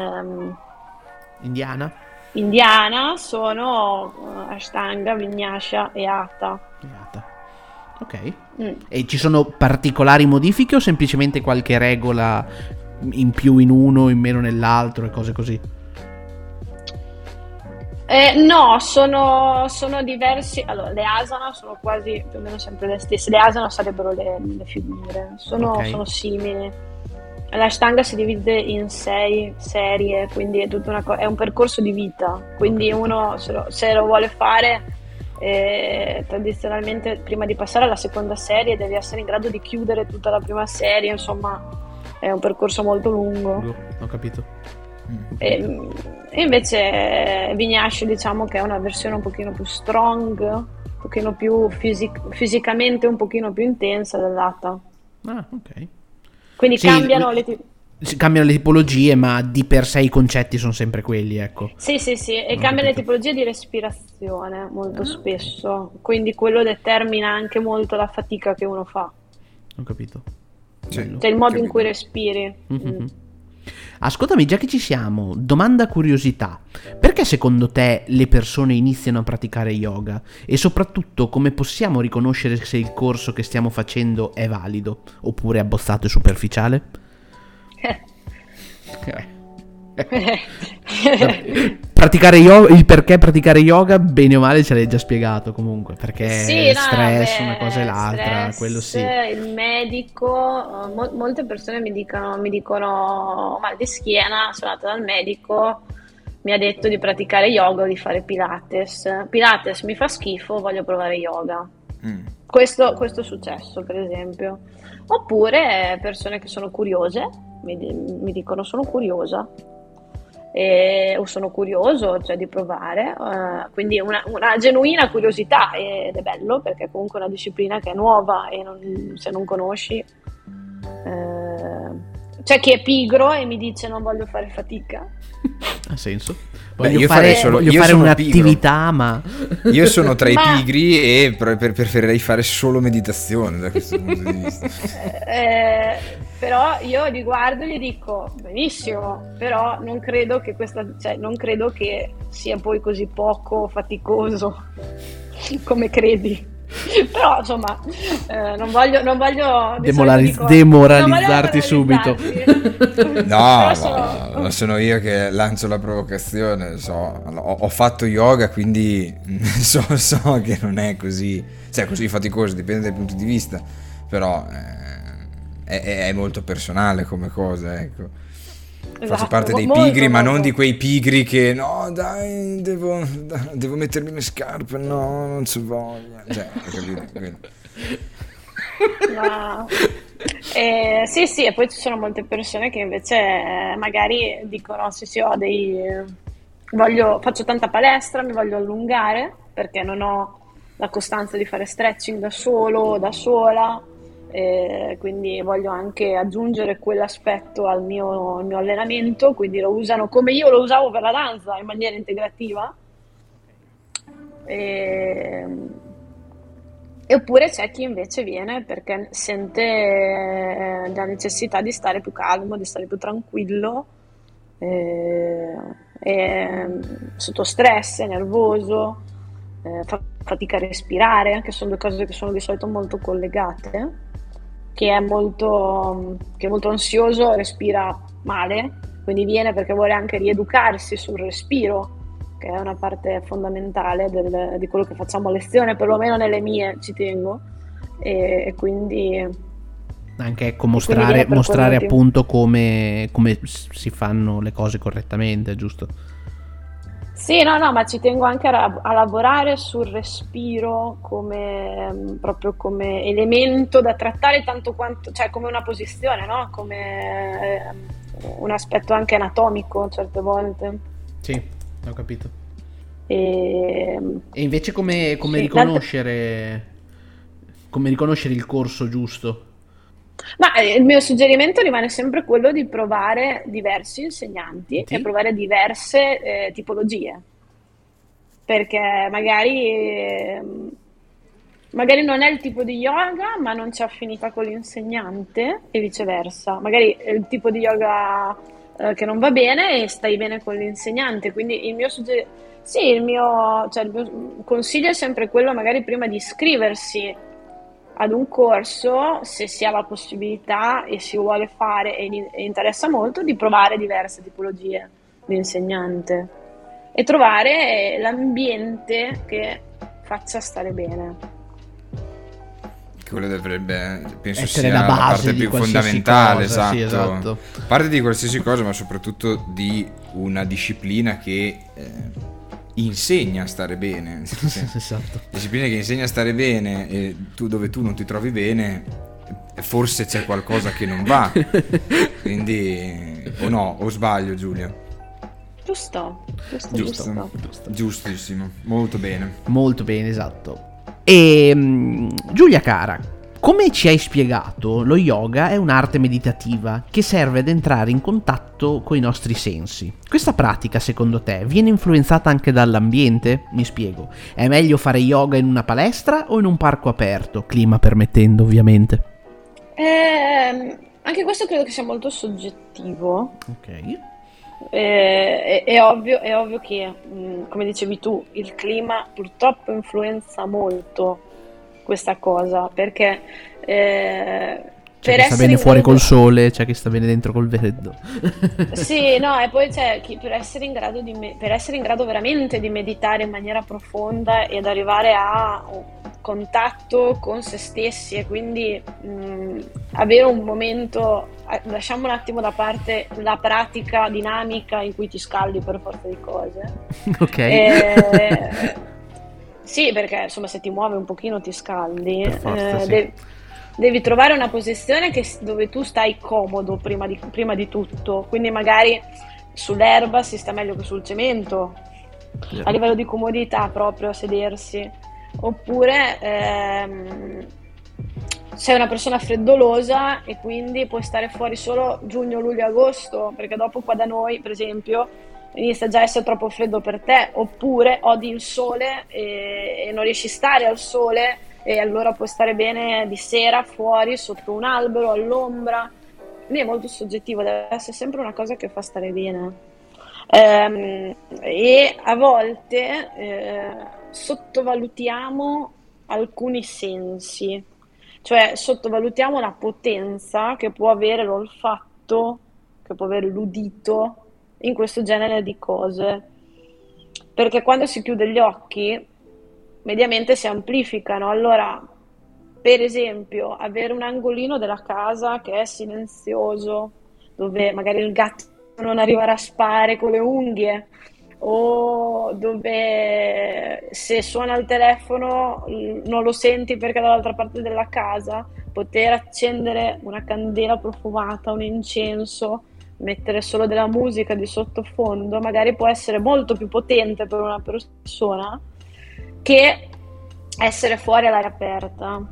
indiana sono Ashtanga, Vinyasa e Hatha. Ok. E ci sono particolari modifiche o semplicemente qualche regola in più in uno, in meno nell'altro e cose così? No, sono diversi. Allora, le asana sono quasi più o meno sempre le stesse. Le asana sarebbero le figure, sono simili. L'Ashtanga si divide in 6 serie, quindi è tutta è un percorso di vita. Quindi uno, se lo vuole fare, tradizionalmente, prima di passare alla seconda serie, devi essere in grado di chiudere tutta la prima serie. Insomma, è un percorso molto lungo. Ho capito. E invece Vinyasa, diciamo che è una versione un pochino più strong, un pochino più fisicamente un pochino più intensa dell'Hatha. Ah, ok. Quindi Sì, cambiano le tipologie, ma di per sé i concetti sono sempre quelli, ecco. Sì, e Ho cambiano le capito. tipologie di respirazione molto spesso, quindi quello determina anche molto la fatica che uno fa, Ho capito. Sì. Bello. cioè il modo in Capito. cui respiri. Mhm. Ascoltami, già che ci siamo, domanda curiosità. Perché secondo te le persone iniziano a praticare yoga? E soprattutto come possiamo riconoscere se il corso che stiamo facendo è valido oppure abbozzato e superficiale? Praticare yoga, il perché praticare yoga, bene o male ce l'hai già spiegato comunque, perché Sì, no, stress, beh, una cosa e l'altra, stress, quello sì. il medico, molte persone mi dicono mal di schiena, sono andata dal medico, mi ha detto di praticare yoga o di fare Pilates. Pilates mi fa schifo, voglio provare yoga. Mm. Questo è successo, per esempio. Oppure persone che sono curiose, mi dicono sono curiosa. O sono curioso, cioè di provare, quindi una genuina curiosità, ed è bello perché è comunque una disciplina che è nuova e se non conosci, c'è chi è pigro e mi dice non voglio fare fatica. Ha senso? Beh, Voglio io fare, farei solo- voglio io fare sono un'attività, ma Io sono tra i Ma- pigri e preferirei fare solo meditazione da questo punto di vista. Però io li guardo e gli dico benissimo, però non credo che non credo che sia poi così poco faticoso come credi. Però insomma, non voglio di solito dico, demoralizzarti non subito. demoralizzarti. No, Però ma sono io che lancio la provocazione. Ho fatto yoga, quindi so che non è così, cioè così faticoso, dipende dai punti di vista, però è molto personale come cosa, ecco. Faccio esatto, parte dei molto, pigri, ma non molto. di quei pigri che no, dai, devo mettermi le scarpe, no, non c'ho voglia. Cioè, hai capito? Quello. Ma- sì, e poi ci sono molte persone che invece magari dicono: Sì, faccio tanta palestra, mi voglio allungare perché non ho la costanza di fare stretching da solo o da sola, quindi voglio anche aggiungere quell'aspetto al mio allenamento, quindi lo usano come io lo usavo per la danza in maniera integrativa. E, Oppure c'è chi invece viene perché sente la necessità di stare più calmo, di stare più tranquillo, eh, sotto stress, è nervoso, fa fatica a respirare, che sono due cose che sono di solito molto collegate. Chi è molto ansioso respira male, quindi viene perché vuole anche rieducarsi sul respiro, che è una parte fondamentale di quello che facciamo a lezione, perlomeno nelle mie ci tengo, e quindi anche ecco, viene per quel mostrare motivo. appunto come si fanno le cose correttamente, giusto? Sì, no, ma ci tengo anche a lavorare sul respiro proprio come elemento da trattare tanto quanto, cioè come una posizione, no? Come un aspetto anche anatomico certe volte. Sì, ho capito. E, E invece come sì, riconoscere il corso giusto? Ma il mio suggerimento rimane sempre quello di provare diversi insegnanti e Sì? provare diverse tipologie, perché magari non è il tipo di yoga, ma non c'è affinità con l'insegnante e viceversa. Magari è il tipo di yoga che non va bene e stai bene con l'insegnante. Quindi sì, cioè, il mio consiglio è sempre quello, magari prima di iscriversi ad un corso, se si ha la possibilità e si vuole fare e interessa molto, di provare diverse tipologie di insegnante e trovare l'ambiente che faccia stare bene. Quello dovrebbe, penso Essere sia la la base parte di più qualsiasi fondamentale, cosa, sì, esatto. esatto. Parte di qualsiasi cosa, ma soprattutto di una disciplina che insegna a stare bene. Esatto. Disciplina che insegna a stare bene e dove tu non ti trovi bene, forse c'è qualcosa che non va. Quindi, o no, o sbaglio, Giulia? Giusto, giusto, Giusto. giusto. Giustissimo, molto bene. Molto bene, esatto. E Giulia cara, come ci hai spiegato, lo yoga è un'arte meditativa che serve ad entrare in contatto con i nostri sensi. Questa pratica, secondo te, viene influenzata anche dall'ambiente? Mi spiego. È meglio fare yoga in una palestra o in un parco aperto, clima permettendo, ovviamente? Anche questo credo che sia molto soggettivo. Ok. È ovvio che, come dicevi tu, il clima purtroppo influenza molto questa cosa, perché C'è per chi sta essere bene in fuori grado col sole, c'è chi sta bene dentro col freddo. sì, no, e poi c'è chi per essere in grado per essere in grado veramente di meditare in maniera profonda ed arrivare a un contatto con se stessi e quindi avere un momento, lasciamo un attimo da parte la pratica dinamica in cui ti scaldi per forza di cose. Ok. Eh, sì, perché insomma se ti muovi un pochino ti scaldi. Per forza, sì. Devi trovare una posizione dove tu stai comodo prima di tutto, quindi magari sull'erba si sta meglio che sul cemento, a livello di comodità proprio a sedersi, oppure sei una persona freddolosa e quindi puoi stare fuori solo giugno, luglio, agosto, perché dopo qua da noi, per esempio, inizia già a essere troppo freddo per te, oppure odi il sole e non riesci a stare al sole e allora puoi stare bene di sera fuori sotto un albero all'ombra. Quindi è molto soggettivo, deve essere sempre una cosa che fa stare bene. E a volte sottovalutiamo alcuni sensi, cioè sottovalutiamo la potenza che può avere l'olfatto, che può avere l'udito in questo genere di cose. Perché quando si chiude gli occhi, mediamente si amplificano. Allora, per esempio, avere un angolino della casa che è silenzioso, dove magari il gatto non arriva a raspare con le unghie, o dove se suona il telefono non lo senti perché è dall'altra parte della casa, poter accendere una candela profumata, un incenso, mettere solo della musica di sottofondo, magari può essere molto più potente per una persona che essere fuori all'aria aperta.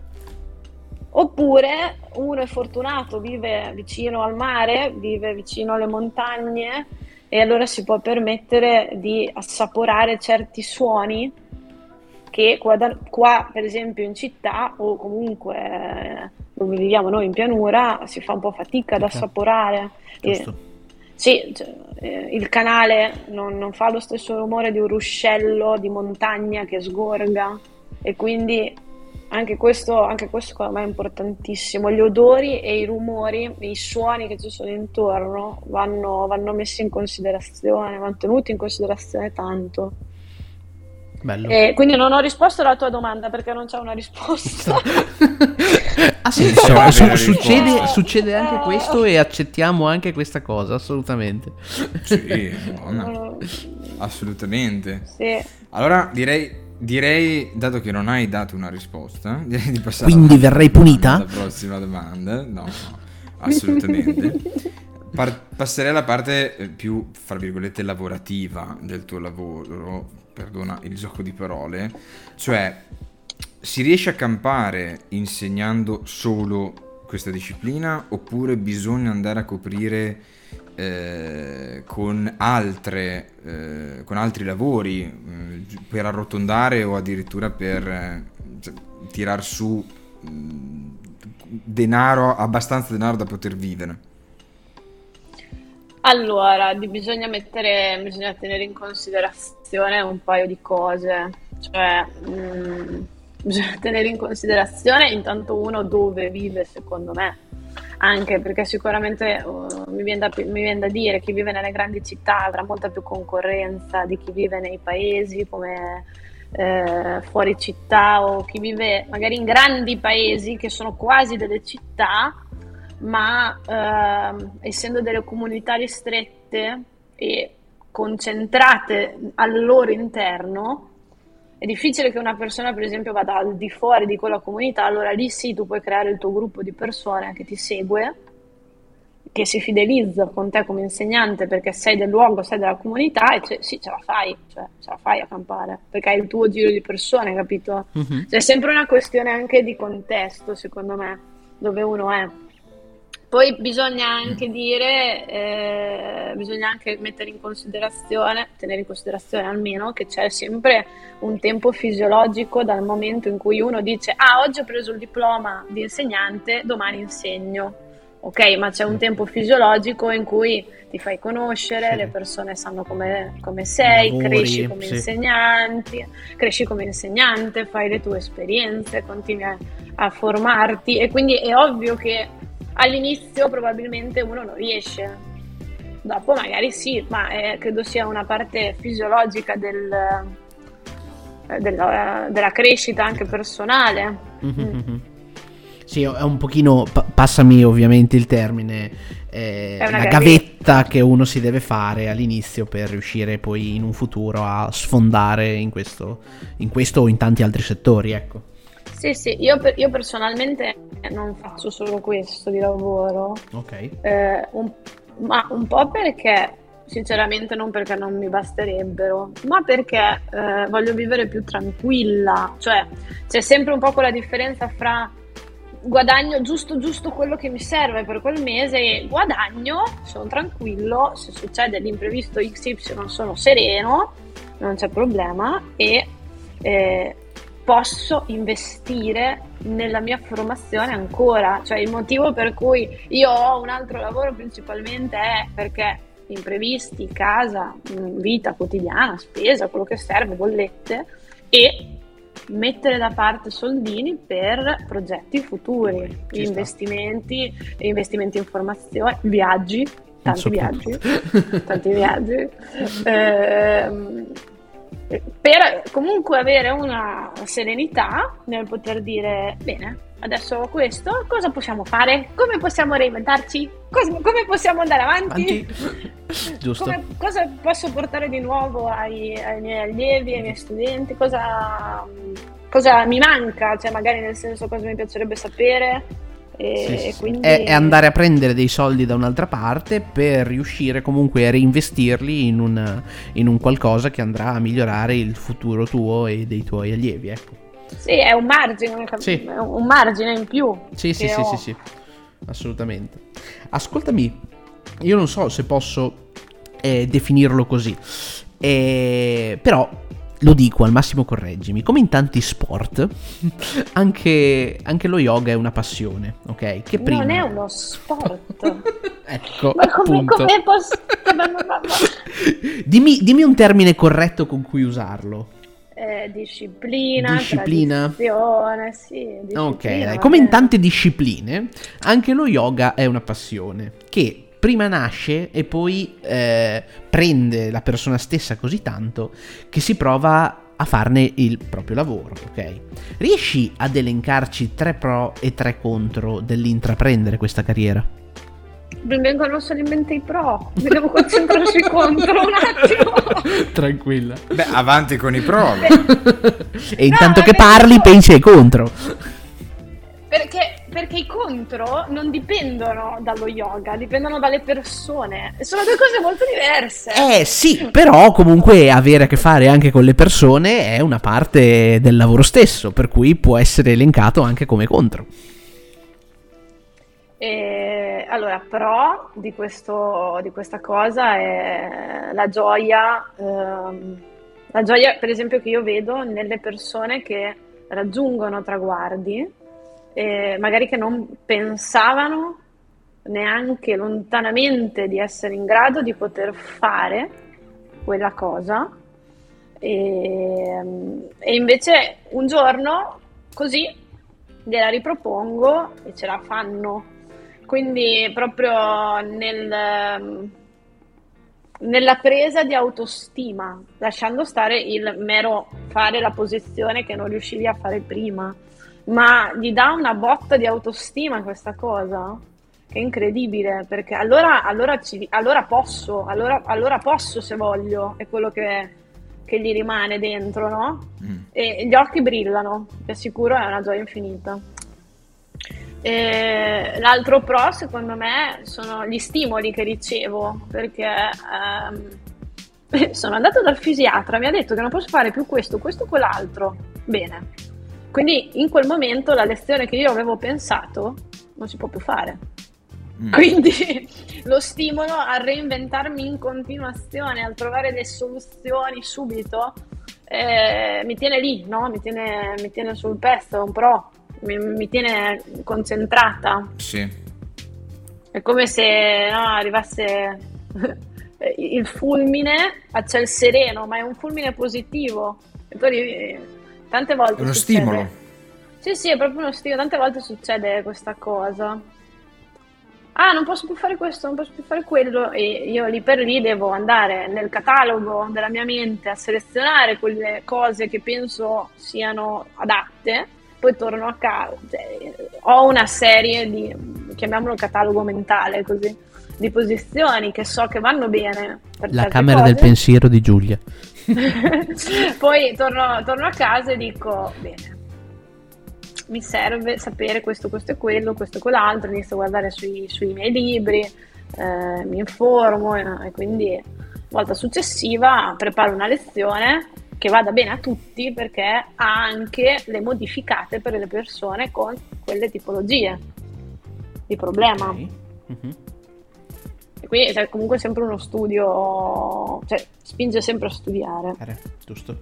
Oppure uno è fortunato, vive vicino al mare, vive vicino alle montagne e allora si può permettere di assaporare certi suoni che qua, per esempio in città o comunque dove viviamo noi in pianura si fa un po' fatica ad assaporare. Giusto. Sì, cioè, il canale non fa lo stesso rumore di un ruscello di montagna che sgorga e quindi anche questo secondo me è importantissimo. Gli odori e i rumori, i suoni che ci sono intorno vanno messi in considerazione, vanno tenuti in considerazione tanto. Bello. Quindi non ho risposto alla tua domanda perché non c'è una risposta. Ha senso, succede anche questo e accettiamo anche questa cosa, assolutamente. Sì, buona. Assolutamente. Sì. Allora direi, dato che non hai dato una risposta, direi di passare Quindi verrei punita? alla prossima domanda. No, assolutamente. Passerei alla parte più, fra virgolette, lavorativa del tuo lavoro, perdona il gioco di parole, cioè si riesce a campare insegnando solo questa disciplina oppure bisogna andare a coprire con altri lavori per arrotondare o addirittura per tirar su abbastanza denaro da poter vivere? Allora, bisogna tenere in considerazione un paio di cose, cioè bisogna tenere in considerazione intanto uno dove vive, secondo me, anche perché sicuramente mi viene da dire chi vive nelle grandi città avrà molta più concorrenza di chi vive nei paesi come fuori città o chi vive magari in grandi paesi che sono quasi delle città ma essendo delle comunità ristrette e concentrate al loro interno, è difficile che una persona, per esempio, vada al di fuori di quella comunità, allora lì sì, tu puoi creare il tuo gruppo di persone che ti segue che si fidelizza con te come insegnante perché sei del luogo, sei della comunità e sì, ce la fai, cioè ce la fai a campare, perché hai il tuo giro di persone, capito? Mhm. Cioè, è sempre una questione anche di contesto, secondo me, dove uno è. Poi bisogna anche bisogna anche mettere in considerazione, tenere in considerazione almeno che c'è sempre un tempo fisiologico dal momento in cui uno dice: ah, oggi ho preso il diploma di insegnante, domani insegno. Ok, ma c'è un tempo fisiologico in cui ti fai conoscere, Sì. le persone sanno come sei, Lavori, cresci come sì. cresci come insegnante, fai le tue esperienze, continui a formarti e quindi è ovvio che all'inizio probabilmente uno non riesce, dopo magari sì, ma credo sia una parte fisiologica della crescita anche personale. Mhm. Sì, è un pochino, passami ovviamente il termine, È una la gavetta che uno si deve fare all'inizio per riuscire poi in un futuro a sfondare in questo o in tanti altri settori, ecco. Sì, sì, io personalmente non faccio solo questo di lavoro, Ok. ma un po' perché, sinceramente, non perché non mi basterebbero, ma perché voglio vivere più tranquilla, cioè c'è sempre un po' quella differenza fra guadagno giusto quello che mi serve per quel mese e guadagno, sono tranquillo, se succede l'imprevisto XY sono sereno, non c'è problema e posso investire nella mia formazione ancora, cioè il motivo per cui io ho un altro lavoro principalmente è perché imprevisti, casa, vita quotidiana, spesa, quello che serve, bollette e mettere da parte soldini per progetti futuri, Ci sta. investimenti in formazione, viaggi, tanti viaggi, tanti viaggi. Per comunque avere una serenità nel poter dire: bene, adesso ho questo, cosa possiamo fare? Come possiamo reinventarci? Come possiamo andare avanti? Giusto. Cosa posso portare di nuovo ai miei allievi, ai miei studenti? Cosa mi manca? Cioè, magari nel senso, cosa mi piacerebbe sapere? E Sì. quindi È andare a prendere dei soldi da un'altra parte per riuscire comunque a reinvestirli in un qualcosa che andrà a migliorare il futuro tuo e dei tuoi allievi, ecco. sì, è un margine, Sì. è un margine in più. Sì, che sì, ho. sì, sì, assolutamente. Ascoltami, io non so se posso definirlo così, però lo dico, al massimo correggimi. Come in tanti sport, anche lo yoga è una passione, ok? Che prima Non è uno sport. ecco, Ma appunto. come posso... Dimmi un termine corretto con cui usarlo. Disciplina, tradizione, sì, disciplina, Ok, come in vabbè. tante discipline, anche lo yoga è una passione che prima nasce e poi prende la persona stessa così tanto che si prova a farne il proprio lavoro, ok? Riesci ad elencarci 3 pro e 3 contro dell'intraprendere questa carriera? Mi vengono solo in mente i pro, mi devo concentrare sui contro un attimo. Tranquilla. Beh, avanti con i pro. E intanto che vabbè, parli no. pensi ai contro. Perché i contro non dipendono dallo yoga, dipendono dalle persone. E sono due cose molto diverse. Sì, però comunque avere a che fare anche con le persone è una parte del lavoro stesso, per cui può essere elencato anche come contro. Allora, pro di questa cosa è la gioia per esempio che io vedo nelle persone che raggiungono traguardi, magari che non pensavano neanche lontanamente di essere in grado di poter fare quella cosa e invece un giorno così gliela ripropongo e ce la fanno. Quindi proprio nella presa di autostima, lasciando stare il mero fare la posizione che non riuscivi a fare prima, ma gli dà una botta di autostima questa cosa, che è incredibile, perché allora posso se voglio, è quello che gli rimane dentro, no? E gli occhi brillano, ti assicuro è una gioia infinita. E l'altro pro, secondo me, sono gli stimoli che ricevo, perché sono andato dal fisiatra, mi ha detto che non posso fare più questo, questo o quell'altro. Bene. Quindi in quel momento la lezione che io avevo pensato non si può più fare. Quindi lo stimolo a reinventarmi in continuazione, a trovare le soluzioni subito, mi tiene lì, no? Mi tiene sul pezzo, un pro, mi tiene concentrata. Sì. È come se no, arrivasse il fulmine a ciel sereno, ma è un fulmine positivo. E poi tante volte È uno succede. stimolo. Sì, è proprio uno stimolo. Tante volte succede questa cosa. Ah, non posso più fare questo, non posso più fare quello, e io lì per lì devo andare nel catalogo della mia mente a selezionare quelle cose che penso siano adatte, poi torno a casa, cioè, ho una serie di, chiamiamolo catalogo mentale così, di posizioni che so che vanno bene per La certe camera cose. del pensiero di Giulia. Poi torno a casa e dico, bene, mi serve sapere questo e quello, questo e quell'altro, inizio a guardare sui miei libri, mi informo, e quindi volta successiva preparo una lezione che vada bene a tutti, perché ha anche le modificate per le persone con quelle tipologie di problema. Ok. Mhm. E quindi è comunque sempre uno studio, cioè spinge sempre a studiare. Giusto.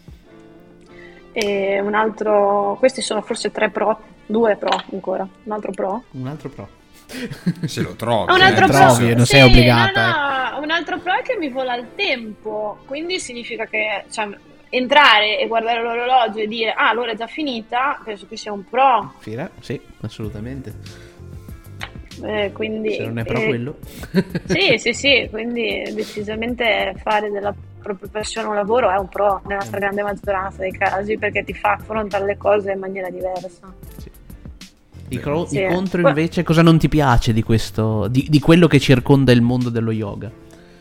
E un altro, questi sono forse 3 pro, 2 pro ancora, un altro pro. Un altro pro. Se lo trovi. Un altro pro, trovi, non sei obbligata, no, un altro pro è che mi vola il tempo, quindi significa che, cioè, entrare e guardare l'orologio e dire ah, l'ora è già finita, penso che sia un pro. Fira? Sì, assolutamente. Quindi, Se non è pro quello. sì, quindi decisamente fare della propria passione un lavoro è un pro nella stragrande maggioranza dei casi, perché ti fa affrontare le cose in maniera diversa. Sì. Sì. I contro invece, cosa non ti piace di questo, di quello che circonda il mondo dello yoga?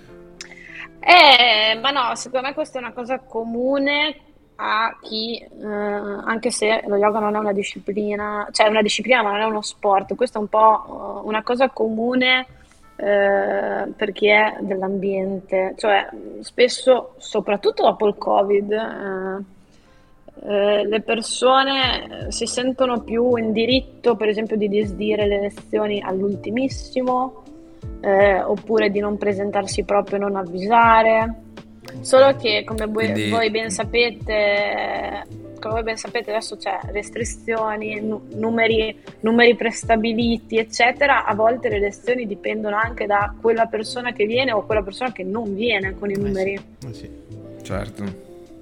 Ma no, secondo me questa è una cosa comune a chi, anche se lo yoga non è una disciplina, cioè è una disciplina ma non è uno sport, questo è un po' una cosa comune per chi è dell'ambiente, cioè spesso, soprattutto dopo il Covid, le persone si sentono più in diritto, per esempio, di disdire le lezioni all'ultimissimo, oppure di non presentarsi proprio e non avvisare. Solo che, come Quindi- voi ben sapete, adesso c'è restrizioni, numeri prestabiliti, eccetera. A volte le lezioni dipendono anche da quella persona che viene o quella persona che non viene con i numeri. Sì. Certo.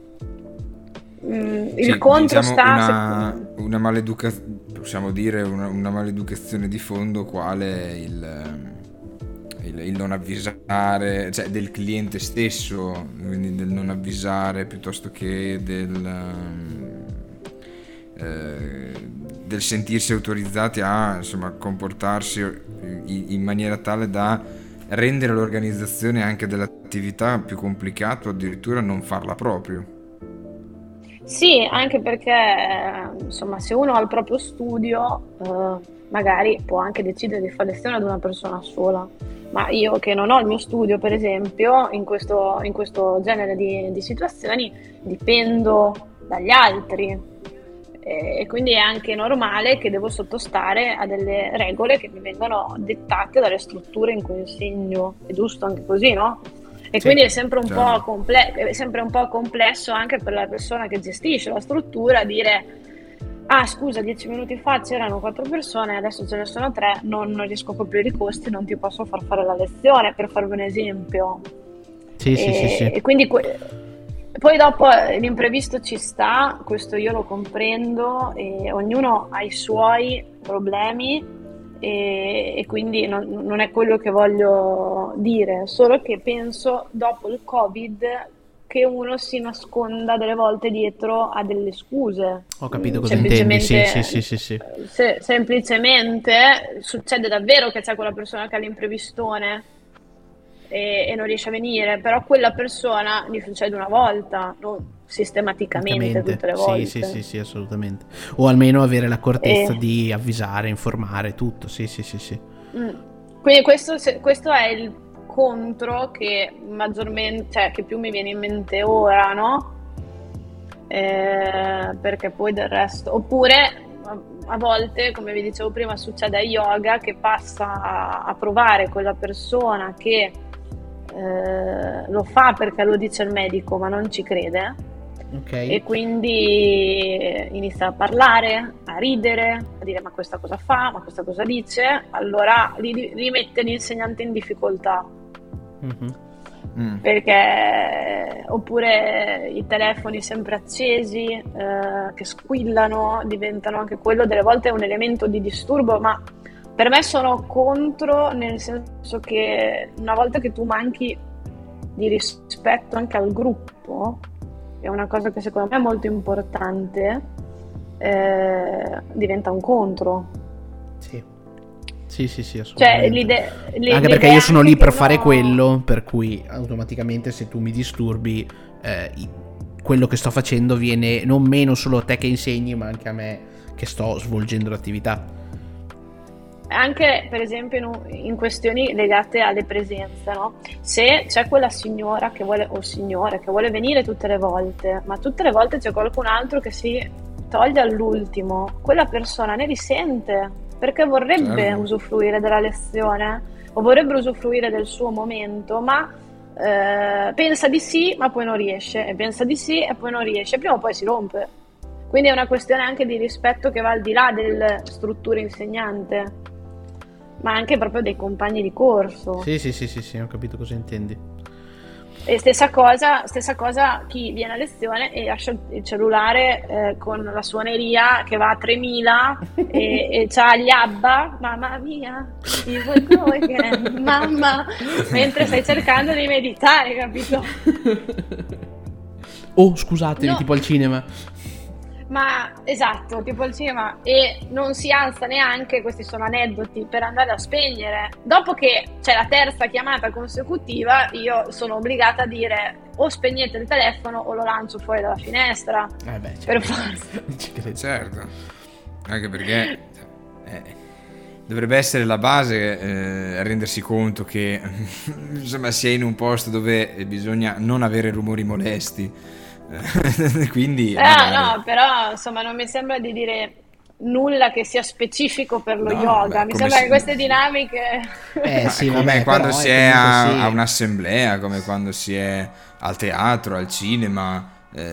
Il Sì, contro diciamo sta... una possiamo dire una maleducazione di fondo, quale il non avvisare, cioè del cliente stesso, quindi del non avvisare piuttosto che del sentirsi autorizzati a, insomma, comportarsi in maniera tale da rendere l'organizzazione anche dell'attività più complicato, addirittura non farla proprio. Sì, anche perché insomma, se uno ha il proprio studio, magari può anche decidere di fare lezione ad una persona sola. Ma io che non ho il mio studio, per esempio, in questo genere di situazioni dipendo dagli altri. E quindi è anche normale che devo sottostare a delle regole che mi vengono dettate dalle strutture in cui insegno. È giusto anche così, no? E Sì, quindi è sempre un certo. è sempre un po' complesso anche per la persona che gestisce la struttura dire ah, scusa, 10 minuti fa c'erano 4 persone, adesso ce ne sono 3, non riesco a coprire i costi, non ti posso far fare la lezione, per farvi un esempio. Sì. E quindi poi dopo l'imprevisto ci sta, questo io lo comprendo, e ognuno ha i suoi problemi, e quindi non è quello che voglio dire, solo che penso dopo il Covid che uno si nasconda delle volte dietro a delle scuse. Ho capito cosa intendi, sì. Semplicemente succede davvero che c'è quella persona che ha l'imprevistone e non riesce a venire, però quella persona gli succede una volta, sistematicamente tutte le volte. Sì, assolutamente. O almeno avere l'accortezza di avvisare, informare, tutto. Sì. Quindi questo è il contro che maggiormente, cioè che più mi viene in mente ora, no? Perché poi del resto, oppure a volte, come vi dicevo prima, succede a yoga che passa a provare quella persona che lo fa perché lo dice il medico ma non ci crede, e quindi inizia a parlare, a ridere, a dire ma questa cosa fa, ma questa cosa dice, allora li mette l'insegnante in difficoltà. Perché oppure i telefoni sempre accesi che squillano diventano anche quello delle volte un elemento di disturbo, ma per me sono contro, nel senso che una volta che tu manchi di rispetto anche al gruppo, è una cosa che secondo me è molto importante, diventa un contro. Sì, assolutamente. Cioè, anche perché io sono lì per fare quello, per cui automaticamente se tu mi disturbi, quello che sto facendo viene non meno solo a te che insegni, ma anche a me che sto svolgendo l'attività. Anche per esempio in questioni legate alle presenze, no? Se c'è quella signora che vuole, o signore che vuole venire tutte le volte, ma tutte le volte c'è qualcun altro che si toglie all'ultimo, quella persona ne risente perché vorrebbe usufruire della lezione o vorrebbe usufruire del suo momento, ma pensa di sì ma poi non riesce, e pensa di sì e poi non riesce, prima o poi si rompe. Quindi è una questione anche di rispetto che va al di là delle strutture insegnante, ma anche proprio dei compagni di corso. Sì, ho capito cosa intendi. E stessa cosa chi viene a lezione e lascia il cellulare con la suoneria che va a 3000 e c'ha gli ABBA, mamma mia, ti vuoi che mamma, mentre stai cercando di meditare, capito? Oh, scusatemi, no. Tipo al cinema. Ma esatto, tipo al cinema, e non si alza neanche, questi sono aneddoti, per andare a spegnere. Dopo che c'è la terza chiamata consecutiva, io sono obbligata a dire o spegnete il telefono o lo lancio fuori dalla finestra. Per forza. Certo, anche perché dovrebbe essere la base, rendersi conto che insomma si è in un posto dove bisogna non avere rumori molesti. Quindi no, però insomma non mi sembra di dire nulla che sia specifico per lo yoga. Mi sembra che queste dinamiche come quando si è a un'assemblea, come quando si è al teatro, al cinema,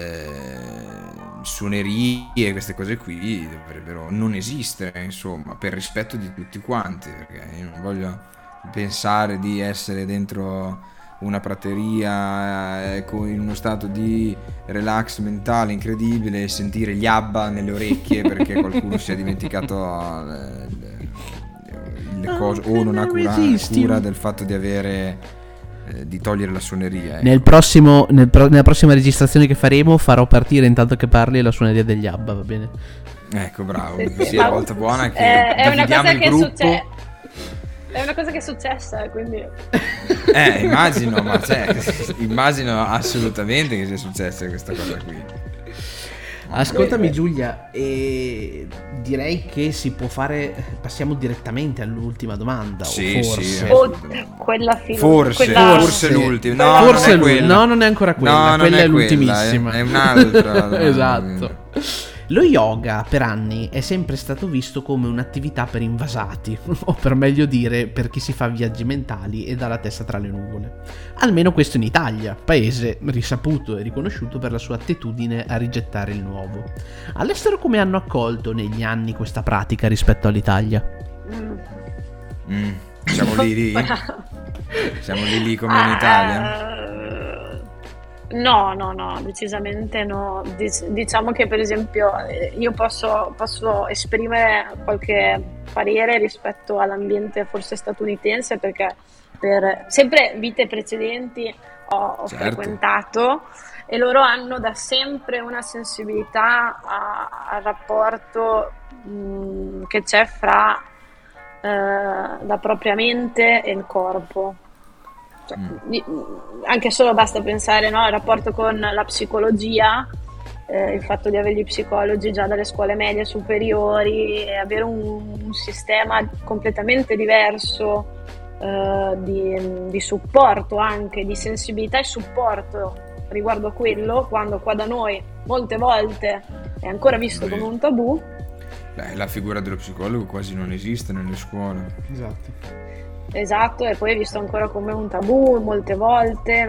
suonerie, queste cose qui dovrebbero non esistere, insomma, per rispetto di tutti quanti, perché io non voglio pensare di essere dentro una prateria in uno stato di relax mentale incredibile e sentire gli ABBA nelle orecchie perché qualcuno si è dimenticato le cose o non ha cura del fatto di avere di togliere la suoneria. Nella prossima registrazione che farò partire, intanto che parli, la suoneria degli ABBA, va bene? Ecco, bravo, sì, la volta buona che è una cosa il gruppo. È una cosa che è successa, quindi immagino, immagino assolutamente che sia successa questa cosa qui. Ascoltami Giulia, direi che si può fare, passiamo direttamente all'ultima domanda. Quella forse l'ultima. No, non è ancora quella, quella è l'ultimissima. È un'altra. Esatto. Lo yoga per anni è sempre stato visto come un'attività per invasati, o per meglio dire per chi si fa viaggi mentali e dà la testa tra le nuvole. Almeno questo in Italia, paese risaputo e riconosciuto per la sua attitudine a rigettare il nuovo. All'estero come hanno accolto negli anni questa pratica rispetto all'Italia? Siamo lì? Siamo lì come in Italia? No, decisamente no. Diciamo che per esempio io posso esprimere qualche parere rispetto all'ambiente forse statunitense, perché per sempre vite precedenti ho frequentato, e loro hanno da sempre una sensibilità al rapporto che c'è fra la propria mente e il corpo. Cioè, anche solo basta pensare, no, al rapporto con la psicologia, il fatto di avere gli psicologi già dalle scuole medie superiori e avere un sistema completamente diverso di supporto, anche di sensibilità e supporto riguardo a quello, quando qua da noi molte volte è ancora visto come un tabù. Beh, la figura dello psicologo quasi non esiste nelle scuole. Esatto, e poi è visto ancora come un tabù molte volte.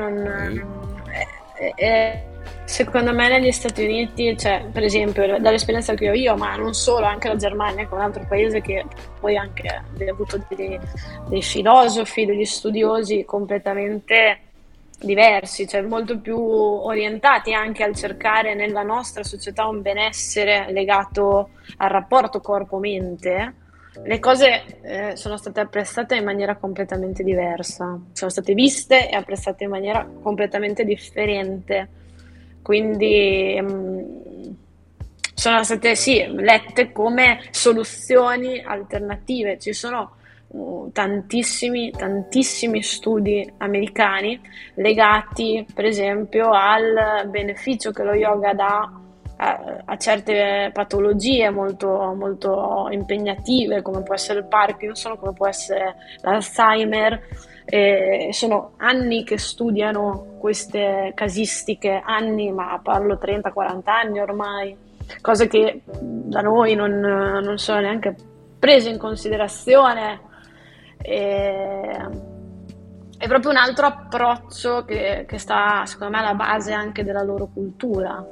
Secondo me negli Stati Uniti, cioè, per esempio, dall'esperienza che ho io, ma non solo, anche la Germania, che è un altro paese che poi anche ha avuto dei filosofi, degli studiosi completamente diversi, cioè molto più orientati anche al cercare nella nostra società un benessere legato al rapporto corpo-mente. Le cose sono state apprezzate in maniera completamente diversa, sono state viste e apprezzate in maniera completamente differente, quindi sono state lette come soluzioni alternative. Ci sono tantissimi studi americani legati per esempio al beneficio che lo yoga dà a certe patologie molto, molto impegnative, come può essere il Parkinson, come può essere l'Alzheimer. Sono anni che studiano queste casistiche, anni, ma parlo 30-40 anni ormai, cose che da noi non sono neanche prese in considerazione. È proprio un altro approccio che sta, secondo me, alla base anche della loro cultura.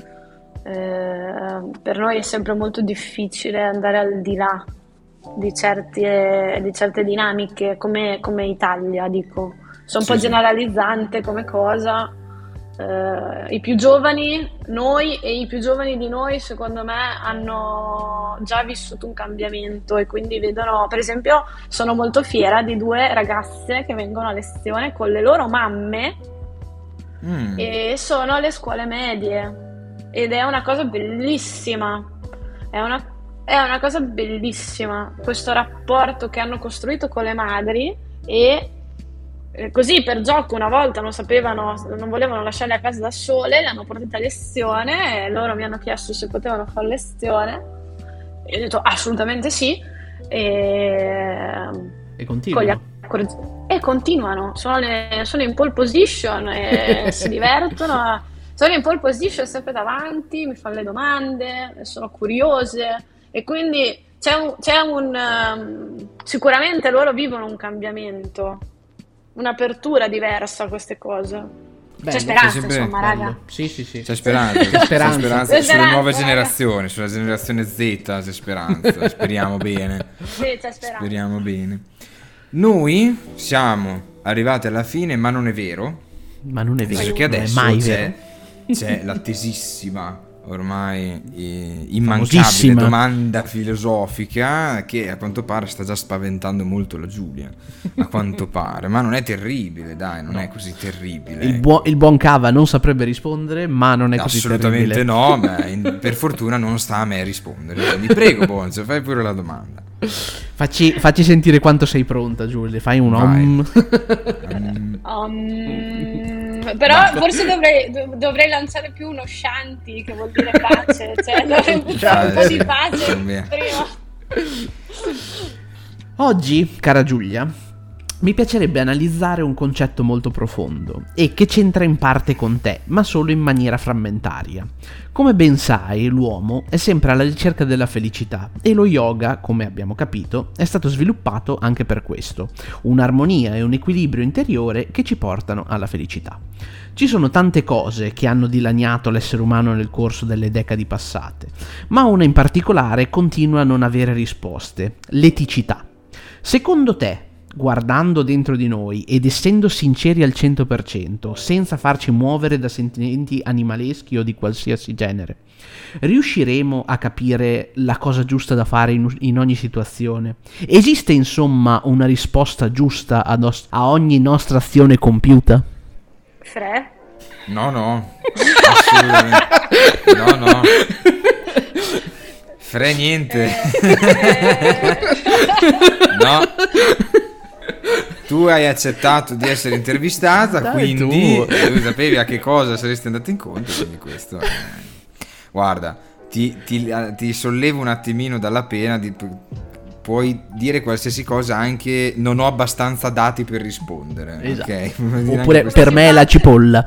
Per noi è sempre molto difficile andare al di là di certe dinamiche, come Italia, dico. Sono un po' generalizzante come cosa. I più giovani, noi e i più giovani di noi, secondo me, hanno già vissuto un cambiamento e quindi vedono, per esempio, sono molto fiera di 2 ragazze che vengono a lezione con le loro mamme e sono alle scuole medie, ed è una cosa bellissima, è una cosa bellissima questo rapporto che hanno costruito con le madri, e così per gioco una volta non volevano lasciarle a casa da sole, le hanno portate a lezione e loro mi hanno chiesto se potevano fare lezione e ho detto assolutamente sì, e continuano. E continuano, sono in pole position e si divertono, sono in pole position sempre davanti, mi fanno le domande, sono curiose, e quindi sicuramente loro vivono un cambiamento, un'apertura diversa a queste cose. C'è speranza, insomma, raga. Sì. C'è speranza sulle nuove generazioni, sulla generazione Z c'è speranza. Speriamo bene. Sì, c'è speranza. Speriamo bene. Noi siamo arrivati alla fine, ma non è vero. Perché adesso non è mai vero. C'è l'attesissima, ormai immancabile domanda filosofica che a quanto pare sta già spaventando molto la Giulia, a quanto pare, ma non è terribile, dai, non è così terribile. Il buon Cava non saprebbe rispondere, ma non è così assolutamente terribile. No, ma per fortuna non sta a me rispondere, quindi prego Bonzo, fai pure la domanda. Facci sentire quanto sei pronta, Giulia, fai un però forse dovrei lanciare più uno shanti, che vuol dire pace, cioè dovrei buttare un po' di pace prima. Oggi, cara Giulia, mi piacerebbe analizzare un concetto molto profondo e che c'entra in parte con te, ma solo in maniera frammentaria. Come ben sai, l'uomo è sempre alla ricerca della felicità e lo yoga, come abbiamo capito, è stato sviluppato anche per questo, un'armonia e un equilibrio interiore che ci portano alla felicità. Ci sono tante cose che hanno dilaniato l'essere umano nel corso delle decadi passate, ma una in particolare continua a non avere risposte: l'eticità. Secondo te, guardando dentro di noi ed essendo sinceri al 100%, senza farci muovere da sentimenti animaleschi o di qualsiasi genere, riusciremo a capire la cosa giusta da fare in ogni situazione? Esiste insomma una risposta giusta a ogni nostra azione compiuta? Fre? No, assolutamente. No. Fre niente. No. Tu tu hai accettato di essere intervistata, Dai, quindi tu sapevi a che cosa saresti andato incontro, quindi questo guarda, ti sollevo un attimino dalla pena puoi dire qualsiasi cosa, anche non ho abbastanza dati per rispondere. Esatto. Ok? Oppure per me è la cipolla.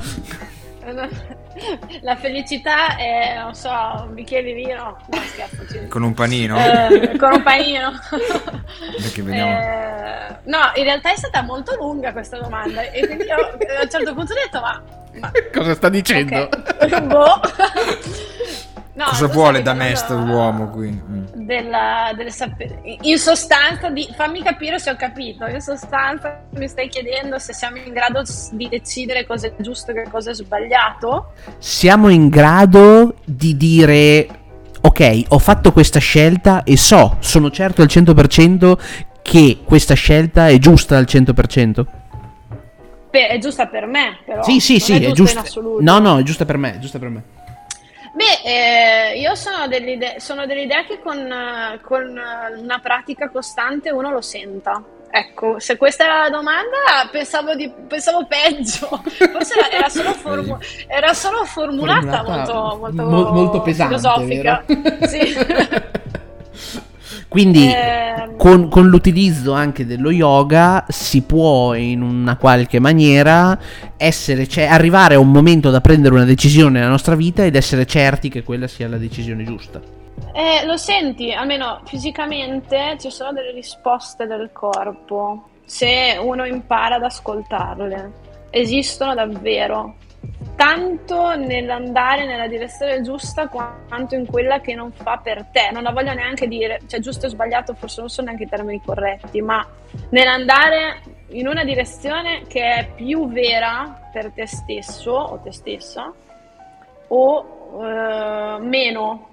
La felicità è, non so, un bicchiere di vino. No, scherzo, con un panino? Con un panino. Perché vediamo. No, in realtà è stata molto lunga questa domanda e quindi io a un certo punto ho detto ma Cosa sta dicendo? ok, boh. No, Cosa tu vuole stavi da me parlando quest'uomo qui? del sapere. In sostanza, fammi capire se ho capito. In sostanza, mi stai chiedendo se siamo in grado di decidere cosa è giusto e cosa è sbagliato? Siamo in grado di dire: ok, ho fatto questa scelta e sono certo al 100% che questa scelta è giusta al 100%. È giusta per me, però. Sì, non è giusta giusta. in assoluto. No, è giusta per me, è giusta per me. Beh, io sono dell'idea che con una pratica costante uno lo senta. Ecco, se questa era la domanda, pensavo peggio. Forse era solo formulata molto pesante, filosofica. vero? Sì. Quindi con l'utilizzo anche dello yoga si può in una qualche maniera arrivare a un momento da prendere una decisione nella nostra vita ed essere certi che quella sia la decisione giusta. Lo senti, almeno fisicamente ci sono delle risposte del corpo, se uno impara ad ascoltarle. Esistono davvero, tanto nell'andare nella direzione giusta quanto in quella che non fa per te. Non la voglio neanche dire, cioè giusto o sbagliato forse non sono neanche i termini corretti, ma nell'andare in una direzione che è più vera per te stesso o te stessa o meno,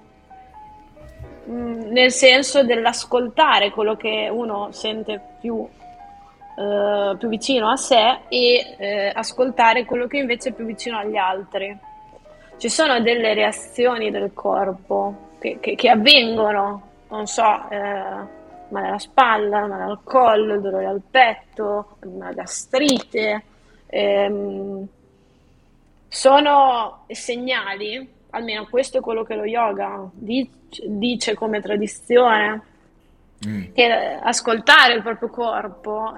nel senso dell'ascoltare quello che uno sente più vicino a sé e ascoltare quello che invece è più vicino agli altri. Ci sono delle reazioni del corpo che avvengono, non so, male alla spalla, male al collo, il dolore al petto, una gastrite, sono segnali, almeno questo è quello che lo yoga dice come tradizione, che ascoltare il proprio corpo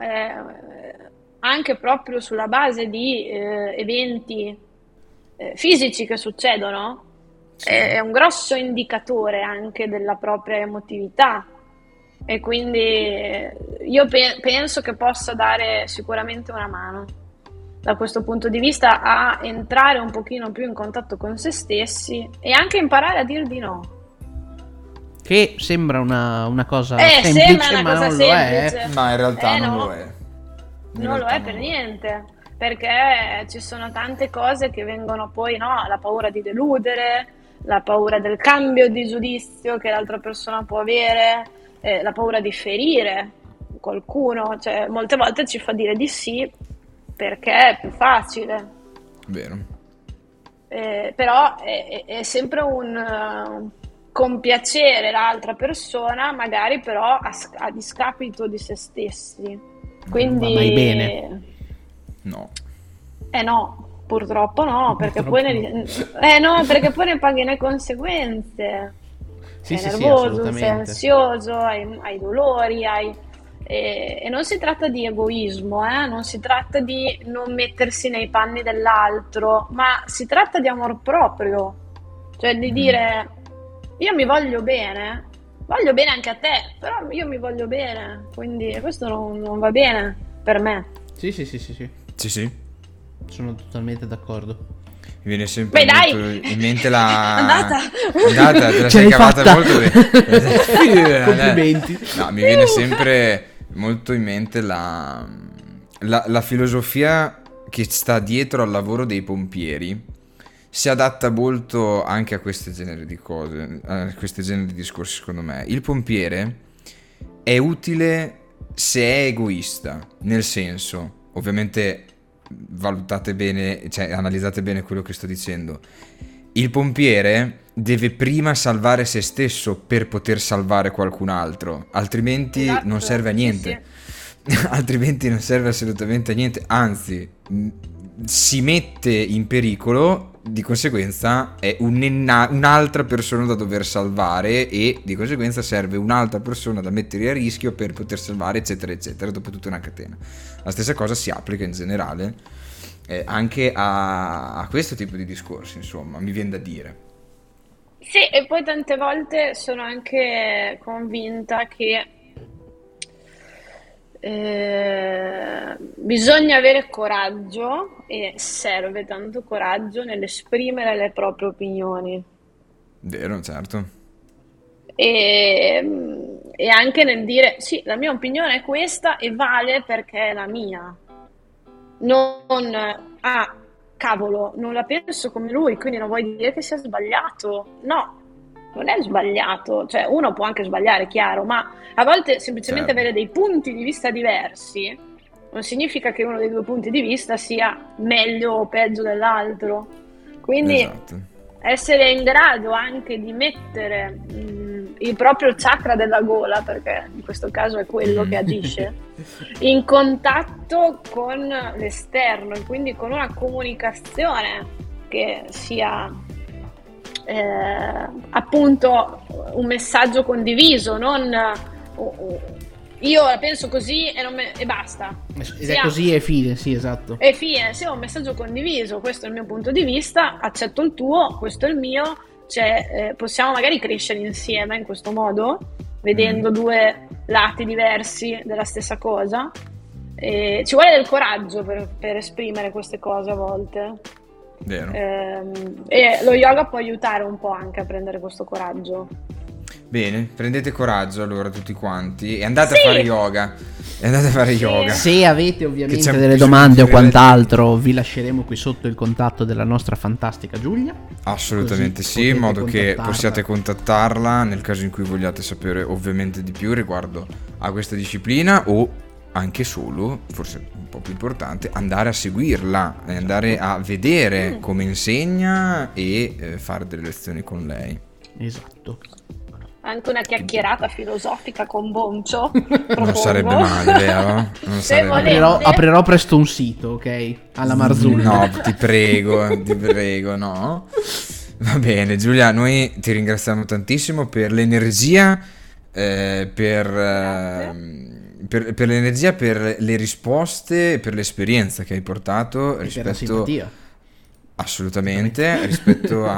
anche proprio sulla base di eventi fisici che succedono è un grosso indicatore anche della propria emotività, e quindi io penso che possa dare sicuramente una mano da questo punto di vista a entrare un pochino più in contatto con se stessi e anche imparare a dire di no. Che sembra una cosa semplice, sembra una ma cosa non semplice. lo è. Ma in realtà non no. lo è. Non lo è per niente, perché ci sono tante cose che vengono poi, no, la paura di deludere, la paura del cambio di giudizio che l'altra persona può avere, la paura di ferire qualcuno, cioè molte volte ci fa dire di sì perché è più facile. Vero. Però è sempre un compiacere l'altra persona, magari però a discapito di se stessi. Quindi Non va mai bene. No. No, purtroppo no, perché Purtroppo perché poi ne paghi le conseguenze. Sì, Sei sì, nervoso, assolutamente. sei ansioso, hai dolori, e non si tratta di egoismo, non si tratta di non mettersi nei panni dell'altro, ma si tratta di amor proprio, cioè di dire io mi voglio bene anche a te, però io mi voglio bene, quindi questo non va bene per me. Sì. Sì. Sono totalmente d'accordo. Mi viene sempre Beh, dai! molto in mente la... Andata! Te la Ce sei l'hai cavata fatta! molto bene. Complimenti. No, mi viene sempre molto in mente la filosofia che sta dietro al lavoro dei pompieri. Si adatta molto anche a questo genere di cose, a questo genere di discorsi, secondo me. Il pompiere è utile se è egoista, nel senso, ovviamente valutate bene, cioè analizzate bene quello che sto dicendo. Il pompiere deve prima salvare se stesso per poter salvare qualcun altro, altrimenti Esatto, non serve a sì, niente. sì. altrimenti non serve assolutamente a niente, anzi si mette in pericolo, di conseguenza è un'altra persona da dover salvare e di conseguenza serve un'altra persona da mettere a rischio per poter salvare, eccetera eccetera, dopo tutta una catena. La stessa cosa si applica in generale anche a questo tipo di discorsi, insomma, mi viene da dire. Sì, e poi tante volte sono anche convinta che bisogna avere coraggio e serve tanto coraggio nell'esprimere le proprie opinioni Vero, certo. e anche nel dire sì, la mia opinione è questa e vale perché è la mia. Non, ah, cavolo, non la penso come lui, quindi non vuoi dire che sia sbagliato. No, non è sbagliato. Cioè, uno può anche sbagliare, chiaro, ma a volte semplicemente Certo. avere dei punti di vista diversi non significa che uno dei due punti di vista sia meglio o peggio dell'altro. Quindi Esatto. essere in grado anche di mettere il proprio chakra della gola, perché in questo caso è quello che agisce, in contatto con l'esterno e quindi con una comunicazione che sia appunto un messaggio condiviso, non io la penso così e basta. Ed è così e fine, sì, esatto. E fine, se ho un messaggio condiviso, questo è il mio punto di vista, accetto il tuo, questo è il mio, cioè, possiamo magari crescere insieme in questo modo, vedendo due lati diversi della stessa cosa. E ci vuole del coraggio per esprimere queste cose a volte. Vero. E lo yoga può aiutare un po' anche a prendere questo coraggio. Bene, prendete coraggio allora tutti quanti e andate Sì! a fare yoga. E andate a fare yoga. Se avete Che ovviamente c'è delle bisogno domande o di quant'altro, vi lasceremo qui sotto il contatto della nostra fantastica Giulia. Assolutamente Così sì, in potete modo che contattarla. possiate contattarla nel caso in cui vogliate sapere ovviamente di più riguardo a questa disciplina o anche solo, forse un po' più importante, andare a seguirla, andare a vedere come insegna e fare delle lezioni con lei. Esatto. Anche una chiacchierata filosofica con Boncio. Non propongo. sarebbe male, vero? Non Se sarebbe volete. male. Aprirò presto un sito, ok? Alla Marzulli. No, ti prego, no. Va bene, Giulia, noi ti ringraziamo tantissimo per l'energia, per l'energia, per le risposte, per l'esperienza che hai portato E per la rispetto simpatia. assolutamente rispetto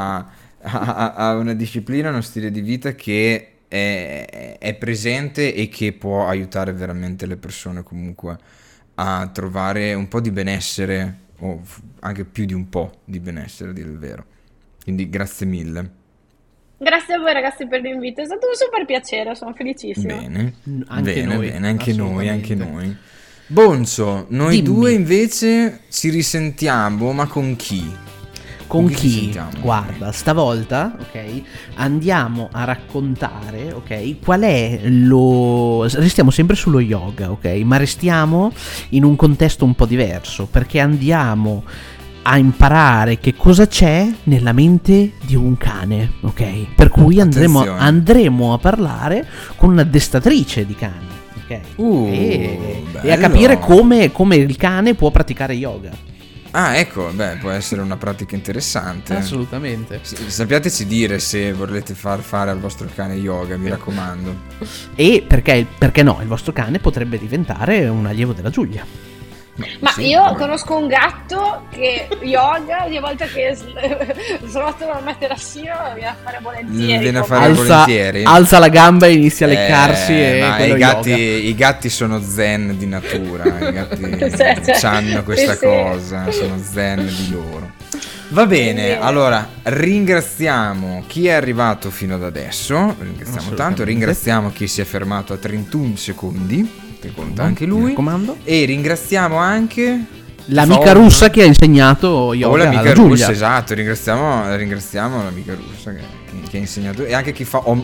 a una disciplina, uno stile di vita che è presente e che può aiutare veramente le persone comunque a trovare un po' di benessere o anche più di un po' di benessere, a dire il vero. Quindi grazie mille. Grazie a voi ragazzi per l'invito, è stato un super piacere, sono felicissima. Bene, Anche bene, noi, bene, anche noi, anche assolutamente. noi. Bonzo, noi Dimmi. due invece ci risentiamo, ma con chi? Con Con chi ci chi? sentiamo? Guarda, stavolta, ok, andiamo a raccontare, ok, qual è lo... Restiamo sempre sullo yoga, ok, ma restiamo in un contesto un po' diverso, perché andiamo a imparare che cosa c'è nella mente di un cane, ok? Per cui Attenzione. andremo a parlare con un'addestratrice di cani, ok? E a bello. capire come il cane può praticare yoga. Ah, ecco, beh, può essere una pratica interessante. Assolutamente. Sappiateci dire se volete far fare al vostro cane yoga, mi raccomando. E perché no, il vostro cane potrebbe diventare un allievo della Giulia. Ma Sì, io vabbè. conosco un gatto che yoga, ogni volta che srotola il materassino viene a fare volentieri. Viene a come- fare volentieri. Alza la gamba e inizia a leccarsi e ma quello yoga. i gatti sono zen di natura, i gatti Sì, hanno questa sì. cosa, sono zen di loro. Va bene, Sì. allora ringraziamo chi è arrivato fino ad adesso, ringraziamo Assolutamente. tanto, ringraziamo chi si è fermato a 31 secondi, che conta anche Mi lui, raccomando. e ringraziamo anche L'amica Fa- russa che ha insegnato o yoga l'amica alla Giulia. russa, esatto, ringraziamo l'amica russa che ha insegnato e anche chi fa om.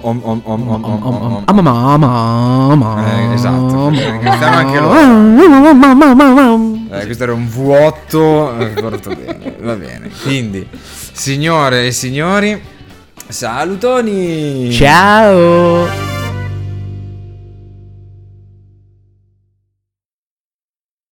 Esatto, ringraziamo anche loro. Questo era un vuoto portato bene, va bene. Quindi, signore e signori, salutoni! Ciao.